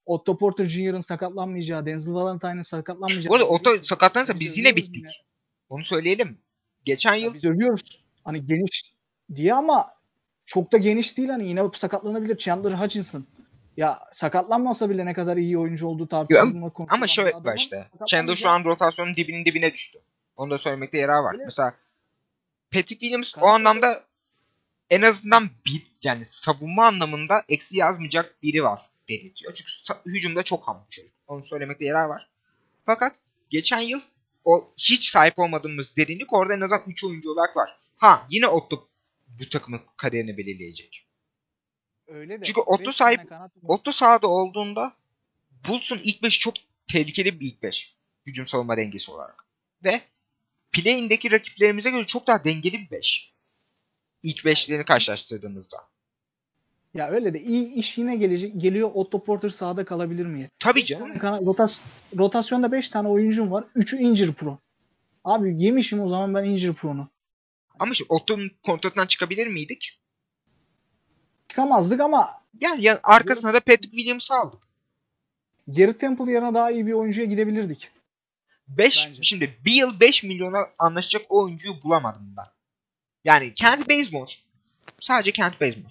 Otto Porter Junior'ın sakatlanmayacağı, Denzel Valentine'ın sakatlanmayacağı. Bu arada Otto sakatlanırsa biz yine övüyoruz bittik. yine. Onu söyleyelim. Geçen Ya yıl biz övüyoruz. Hani geniş diye ama çok da geniş değil, hani yine sakatlanabilir. Chandler Hutchinson. Ya sakatlanmasa bile ne kadar iyi oyuncu olduğu tartışılma konusu. ama şöyle başta. Chandler şu an rotasyonun dibinin dibine düştü. Onu da söylemekte yarar var. Öyle. Mesela Patrick Williams Kanka, o anlamda en azından bir yani savunma anlamında eksi yazmayacak biri var deniliyor. Çünkü hücumda çok ham çocuk. Onu söylemekte yarar var. Fakat geçen yıl o hiç sahip olmadığımız derinlik orada en azından üç oyuncu olarak var. Ha yine Otto bu takımın kaderini belirleyecek. Öyle de. Çünkü Otto sahip Otto sahada olduğunda Bulls'un ilk beşi çok tehlikeli bir ilk beş. Hücum savunma dengesi olarak. Ve play-in'deki rakiplerimize göre çok daha dengeli bir beş. İlk beşlerini karşılaştırdığımızda. Ya öyle de iyi iş yine gelecek. Geliyor, Otto Porter sahada kalabilir mi? Tabii canım. Rotas, rotasyonda beş tane oyuncum var. üçü injury pro. Abi yemişim o zaman ben injury pro'nu. Ama işte Otto'nun kontratından çıkabilir miydik? Çıkamazdık ama Yani ya arkasına da Patrick Williams'ı aldık. Gary Temple yerine daha iyi bir oyuncuya gidebilirdik. beş şimdi bir yıl beş milyona anlaşacak oyuncuyu bulamadım ben. Yani Kent Bazemore. Sadece Kent Bazemore.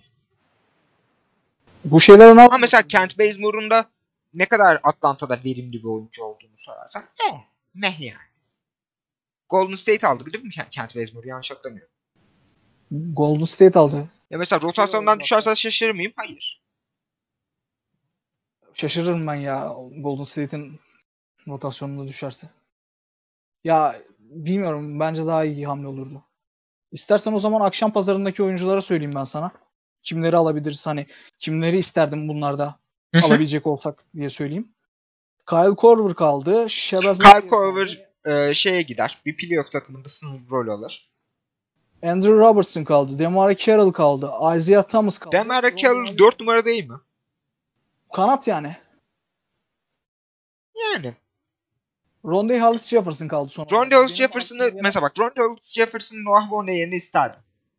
Bu şeyler ona... Ama mesela Kent Bazemore'un da ne kadar Atlanta'da verimli bir oyuncu olduğunu sorarsan eh meh yani. Golden State aldı değil mi Kent Bazemore? Yanlış hatırlamıyorum. Golden State aldı. Ya mesela rotasyondan düşerse şaşırır mıyım? Hayır. Şaşırırım ben ya Golden State'in rotasyonunda düşerse. Ya bilmiyorum, bence daha iyi hamle olurdu. İstersen o zaman akşam pazarındaki oyunculara söyleyeyim ben sana. Kimleri alabiliriz, hani kimleri isterdim bunlarda alabilecek olsak diye söyleyeyim. Kyle Korver kaldı. Shabazz Kyle Korver e, şeye gider. Bir playoff takımında sınır rol alır. Andrew Robertson kaldı. DeMar Carroll kaldı. Isaiah Thomas kaldı. DeMar Carroll dört numara değil mi? Kanat yani. Yani. Rondé Hollis Jefferson kaldı sonra. Rondé Hollis Jefferson'ı mesela bak Rondé Hollis Jefferson'ın Noah Vonleh yerine isterdim.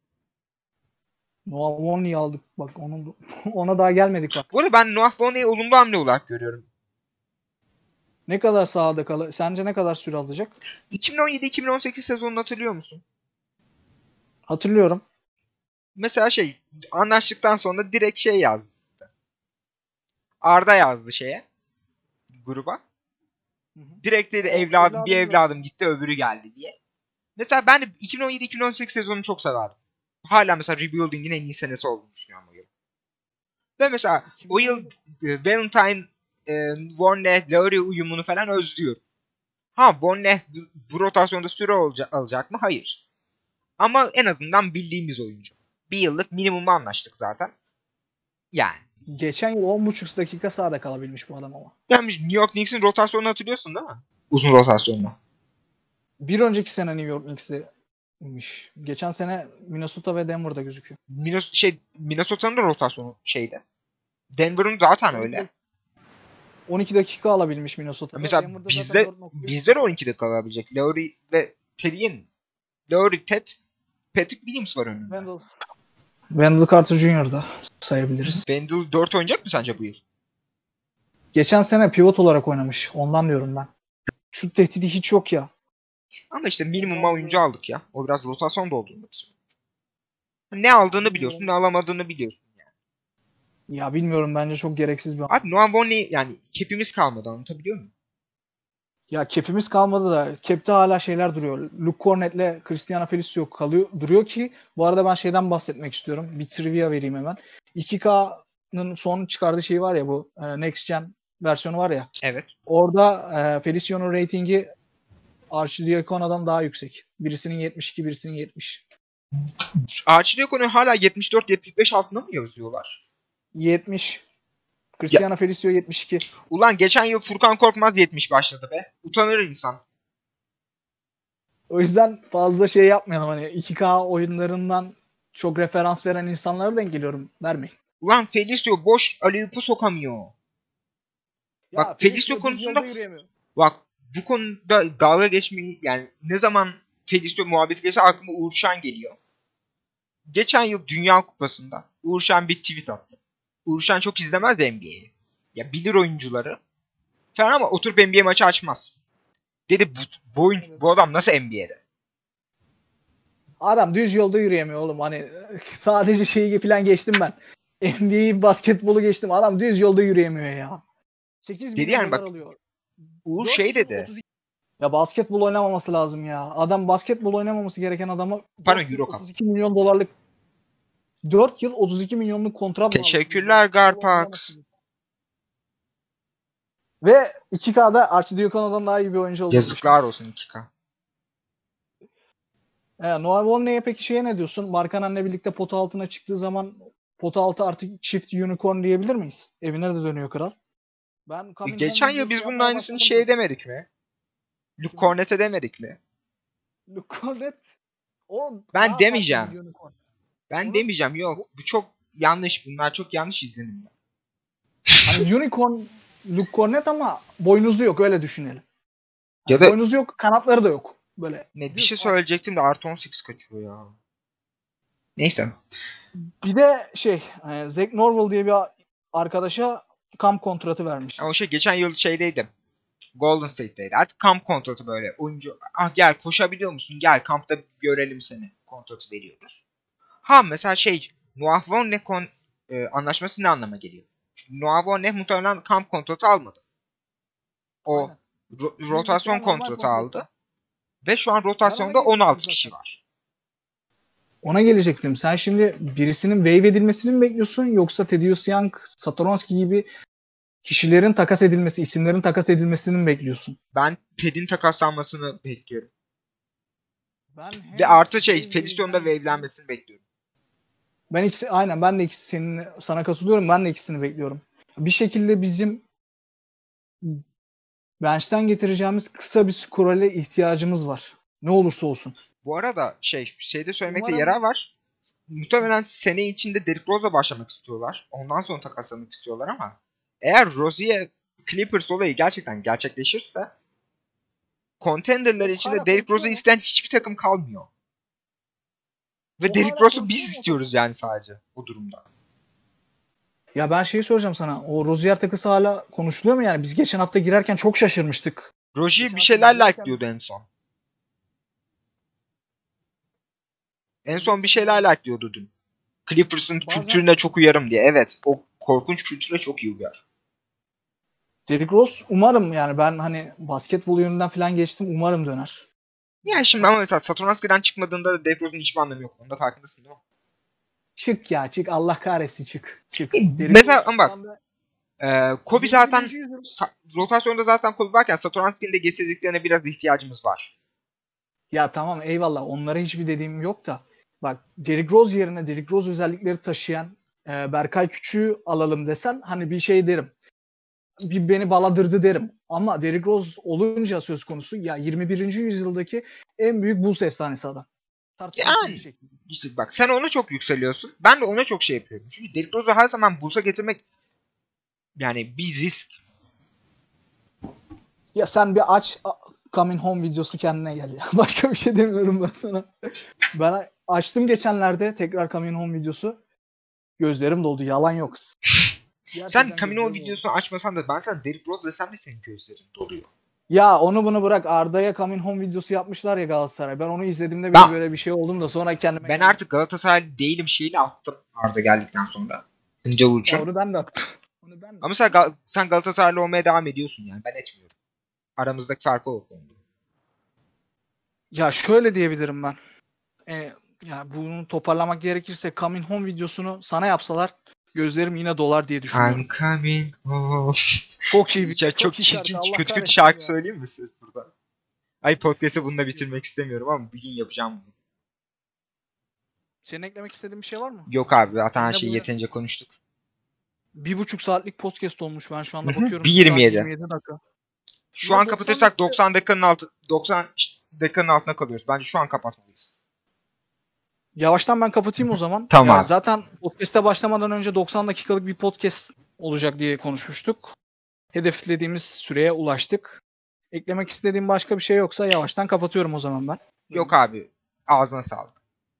Noah Vonleh'i aldık. Bak onun ona daha gelmedik bak. Bu arada ben Noah Vonleh'i olumlu hamle olarak görüyorum. Ne kadar sahada kalır? Sence ne kadar süre alacak? iki bin on yedi iki bin on sekiz sezonunu hatırlıyor musun? Hatırlıyorum. Mesela şey anlaştıktan sonra direkt şey yazdı. Arda yazdı şeye. Gruba. Direkt dedi evladım, evladım bir evladım gitti öbürü geldi diye. Mesela ben de iki bin on yedi iki bin on sekiz sezonunu çok severdim. Hala mesela Rebuilding'in en iyi senesi olduğunu düşünüyorum o yıl. Ve mesela o yıl e, Valentine, e, Vonleh, Lowry uyumunu falan özlüyorum. Ha Vonleh bu rotasyonda süre olacak, alacak mı? Hayır. Ama en azından bildiğimiz oyuncu. Bir yıllık minimum anlaştık zaten. Yani. Geçen yıl on buçuk dakika sahada kalabilmiş bu adam ama. Yani New York Knicks'in rotasyonunu hatırlıyorsun değil mi? Uzun rotasyonunu. Bir önceki sene New York Knicks'iymiş. Geçen sene Minnesota ve Denver'da gözüküyor. Minnesota, şey, Minnesota'nın da rotasyonu şeyde. Denver'ın zaten öyle. on iki dakika alabilmiş Minnesota'da. Mesela Denver'da bizde bizde de on iki dakika alabilecek. Lowry ve Terry'in Lowry, Ted, Patrick Williams var önünde. Wendell. Wendell Carter Junior'da sayabiliriz. Wendell dört oynayacak mı sence bu yıl? Geçen sene pivot olarak oynamış. Ondan diyorum ben. Şut tehdidi hiç yok ya. Ama işte minimum oyuncu aldık ya. O biraz rotasyon doldurmak istiyor. Ne aldığını biliyorsun, ne alamadığını biliyorsun. Yani. Ya bilmiyorum, bence çok gereksiz bir... Abi Noah Vonleh yani cap'imiz kalmadı, anlatabiliyor muyum? Ya cap'imiz kalmadı da cap'te hala şeyler duruyor. Luke Kornet'le Cristiano Felicio kalıyor, duruyor ki bu arada ben şeyden bahsetmek istiyorum. Bir trivia vereyim hemen. iki K'nın son çıkardığı şey var ya, bu Next Gen versiyonu var ya. Evet. Orada e, Felicio'nun ratingi Arcidiacona'dan daha yüksek. Birisinin yetmiş iki, birisinin yetmiş. Arcidiacona'yı hala yetmiş dört yetmiş beş altında mı yazıyorlar? yetmiş. Cristiano ya. Felicio yetmiş iki. Ulan geçen yıl Furkan Korkmaz yetmiş başladı be. Utanır insan. O yüzden fazla şey yapmayalım, hani iki K oyunlarından çok referans veren insanlara denk geliyorum. Vermeyin. Ulan Felicio boş alley-oop'u sokamıyor. Ya, bak Felicio konusunda bak bu konuda dalga geçmeyi, yani ne zaman Felicio muhabbeti gelirse aklıma Uğur Şen geliyor. Geçen yıl Dünya Kupası'nda Uğur Şen bir tweet attı. Uğur Şen çok izlemez de N B A'yi. Ya bilir oyuncuları falan ama oturup N B A maçı açmaz. Dedi bu, bu, oyuncu, bu adam nasıl N B A'de? Adam düz yolda yürüyemiyor oğlum. Hani sadece şeyi falan geçtim ben. N B A'yi, basketbolu geçtim. Adam düz yolda yürüyemiyor ya. sekiz Dedi milyon yani dolar bak alıyor. Uğur şey dört yıl dedi. otuz iki. Ya basketbol oynamaması lazım ya. Adam basketbol oynamaması gereken adama Pardon dört yıl Euro Cup. otuz iki milyon dolarlık dört yıl otuz iki milyonluk kontrat bağladı. Biz Teşekkürler basketbol Garpax. oynaması. Ve iki K'da Arcidiacono'dan daha iyi bir oyuncu olduğunu Yazıklar olsun iki K. E, Noah Vonleh'e peki şeye ne diyorsun? Markkanen'le birlikte pota altına çıktığı zaman pota altı artık çift unicorn diyebilir miyiz? Evine de dönüyor kral. Ben Coming Home Geçen yıl videosu biz bunun yapmaya aynısını başladım. şey demedik mi? Luke Cornett'e demedik mi? Luke Cornett o Ben daha demeyeceğim. farklı bir unicorn. Ben Onun- demeyeceğim yok. Bu çok yanlış. Bunlar çok yanlış izlenimler. Hani unicorn Luke Cornett ama boynuzu yok, öyle düşünelim. Ya Yani da boynuzu yok, kanatları da yok. Böyle. ne bir düz şey at. söyleyecektim de artı on sekiz kaçıyor ya. Neyse. Bir de şey, e, Zach Norville diye bir arkadaşa kamp kontratı vermişiz. Ama o şey geçen yıl şeydeydi. Golden State'deydi. Artık kamp kontratı böyle. Oyuncu ah gel koşabiliyor musun? Gel kampta görelim seni. Kontratı veriyoruz. Ha mesela şey Noah Vonleh kon, e, anlaşması ne anlama geliyor? Çünkü Noah Vonleh muhtemelen kamp kontratı almadı. O Aynen. ro- rotasyon Normal kontratı kontratı. aldı. Ve şu an Ben rotasyonda ona on altı gelecektim kişi zaten. var. Ona gelecektim. Sen şimdi birisinin waive edilmesini mi bekliyorsun, yoksa Thaddeus Young, Satoranski gibi kişilerin takas edilmesi, isimlerin takas edilmesini mi bekliyorsun? Ben Ted'in takaslanmasını bekliyorum. Ben hem Ve artı şey waive Felicia'nın da edilmesini- wave'lenmesini bekliyorum. Ben ikisi aynen ben de ikisi senin sana katılıyorum. Ben de ikisini bekliyorum. Bir şekilde bizim bench'ten getireceğimiz kısa bir skorele ihtiyacımız var. Ne olursa olsun. Bu arada şey şeyde söylemekte Umarım- yarar var. Muhtemelen sene içinde Derrick Rose'la başlamak istiyorlar. Ondan sonra takaslanmak istiyorlar ama eğer Rozier Clippers olayı gerçekten gerçekleşirse contenderlar O içinde hala Derrick Rose'u konuşuyor. isteyen hiçbir takım kalmıyor. Ve O Derrick hala Rose'u biz konuşuyor mu? istiyoruz yani sadece o durumda. Ya ben şeyi soracağım sana. O Rozier takısı hala konuşuluyor mu yani? Biz geçen hafta girerken çok şaşırmıştık. Rozier Geçen bir şeyler hafta like diyordu en son. En son bir şeyler like diyordu dün. Clippers'ın Bazen- kültürüne çok uyarım diye. Evet, o korkunç kültüre çok iyi uyar. Derrick Rose umarım, yani ben hani basketbol yönünden falan geçtim, umarım döner. Yani şimdi ama mesela Satoranski'den çıkmadığında da Derrick Rose'un hiçbir anlamı yok. Onun da farkındasın değil mi? Çık ya çık, Allah kahretsin çık. Çık. E, Derrick mesela Rose ama bak, şu anda Ee, Kobe yirmi zaten birinci yüzyıl- sa- rotasyonda zaten Kobe varken Satoranski'nin de getirdiklerine biraz ihtiyacımız var. Ya tamam eyvallah, onlara hiçbir dediğim yok da. Bak Derrick Rose yerine Derrick Rose özellikleri taşıyan e, Berkay Küçük'ü alalım desen hani bir şey derim. Bir beni baladırdı derim. Ama Derrick Rose olunca söz konusu, ya yirmi birinci yüzyıldaki en büyük Bulls efsanesi adam. Tartışmasız Yani. bir şekilde. İşte bak sen ona çok yükseliyorsun. Ben de ona çok şey yapıyorum. Çünkü Derrick Rose'u her zaman Bulls'a getirmek yani bir risk. Ya sen bir aç a- Coming Home videosu, kendine gel ya. Başka bir şey demiyorum ben sana. Ben açtım geçenlerde tekrar Coming Home videosu. Gözlerim doldu. Yalan yok. Gerçekten Sen Camino gözlerim doldu. videosunu açmasan da ben sana Derrick Rose desem de senin gözlerin doluyor. Ya onu bunu bırak. Arda'ya Coming Home videosu yapmışlar ya Galatasaray. Ben onu izlediğimde Ben- bir böyle bir şey oldum da sonra kendime Ben geldim. artık Galatasaray değilim şeyini attım Arda geldikten sonra. Hınca Ya Uluç'un. onu ben de attım. Onu ben de. Ama sen, Gal- sen Galatasaraylı olmaya devam ediyorsun yani. Ben etmiyorum. Aramızdaki farkı o konuda. Ya şöyle diyebilirim ben. E, ya bunu toparlamak gerekirse Coming Home videosunu sana yapsalar gözlerim yine dolar diye düşünüyorum. I'm coming home. Çok iyi video. Ya çok iyi çirkin, şarkı, Allah kötü kötü kahretsin şarkı ya. söyleyeyim mi siz burada? Ay podcast'ı bununla bitirmek istemiyorum ama bir gün yapacağım bunu. Senin eklemek istediğin bir şey var mı? Yok abi zaten her Yine şeyi bu- yeterince konuştuk. Bir buçuk saatlik podcast olmuş, ben şu anda Hı hı, bakıyorum. bir bir saat yirmi yedi. yirmi yedi dakika. Şu Ya an doksan kapatırsak dakika- doksan dakikanın altı doksan dakikanın altına kalıyoruz. Bence şu an kapatmalıyız. Yavaştan ben kapatayım o zaman. Tamam. Ya zaten podcast'e başlamadan önce doksan dakikalık bir podcast olacak diye konuşmuştuk. Hedeflediğimiz süreye ulaştık. Eklemek istediğim başka bir şey yoksa yavaştan kapatıyorum o zaman ben. Yok abi. Ağzına sağlık.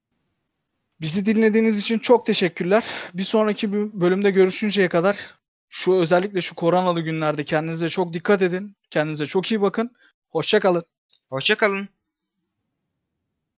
Bizi dinlediğiniz için çok teşekkürler. Bir sonraki bölümde görüşünceye kadar Şu özellikle şu koronalı günlerde kendinize çok dikkat edin. Kendinize çok iyi bakın. Hoşça kalın. Hoşça kalın.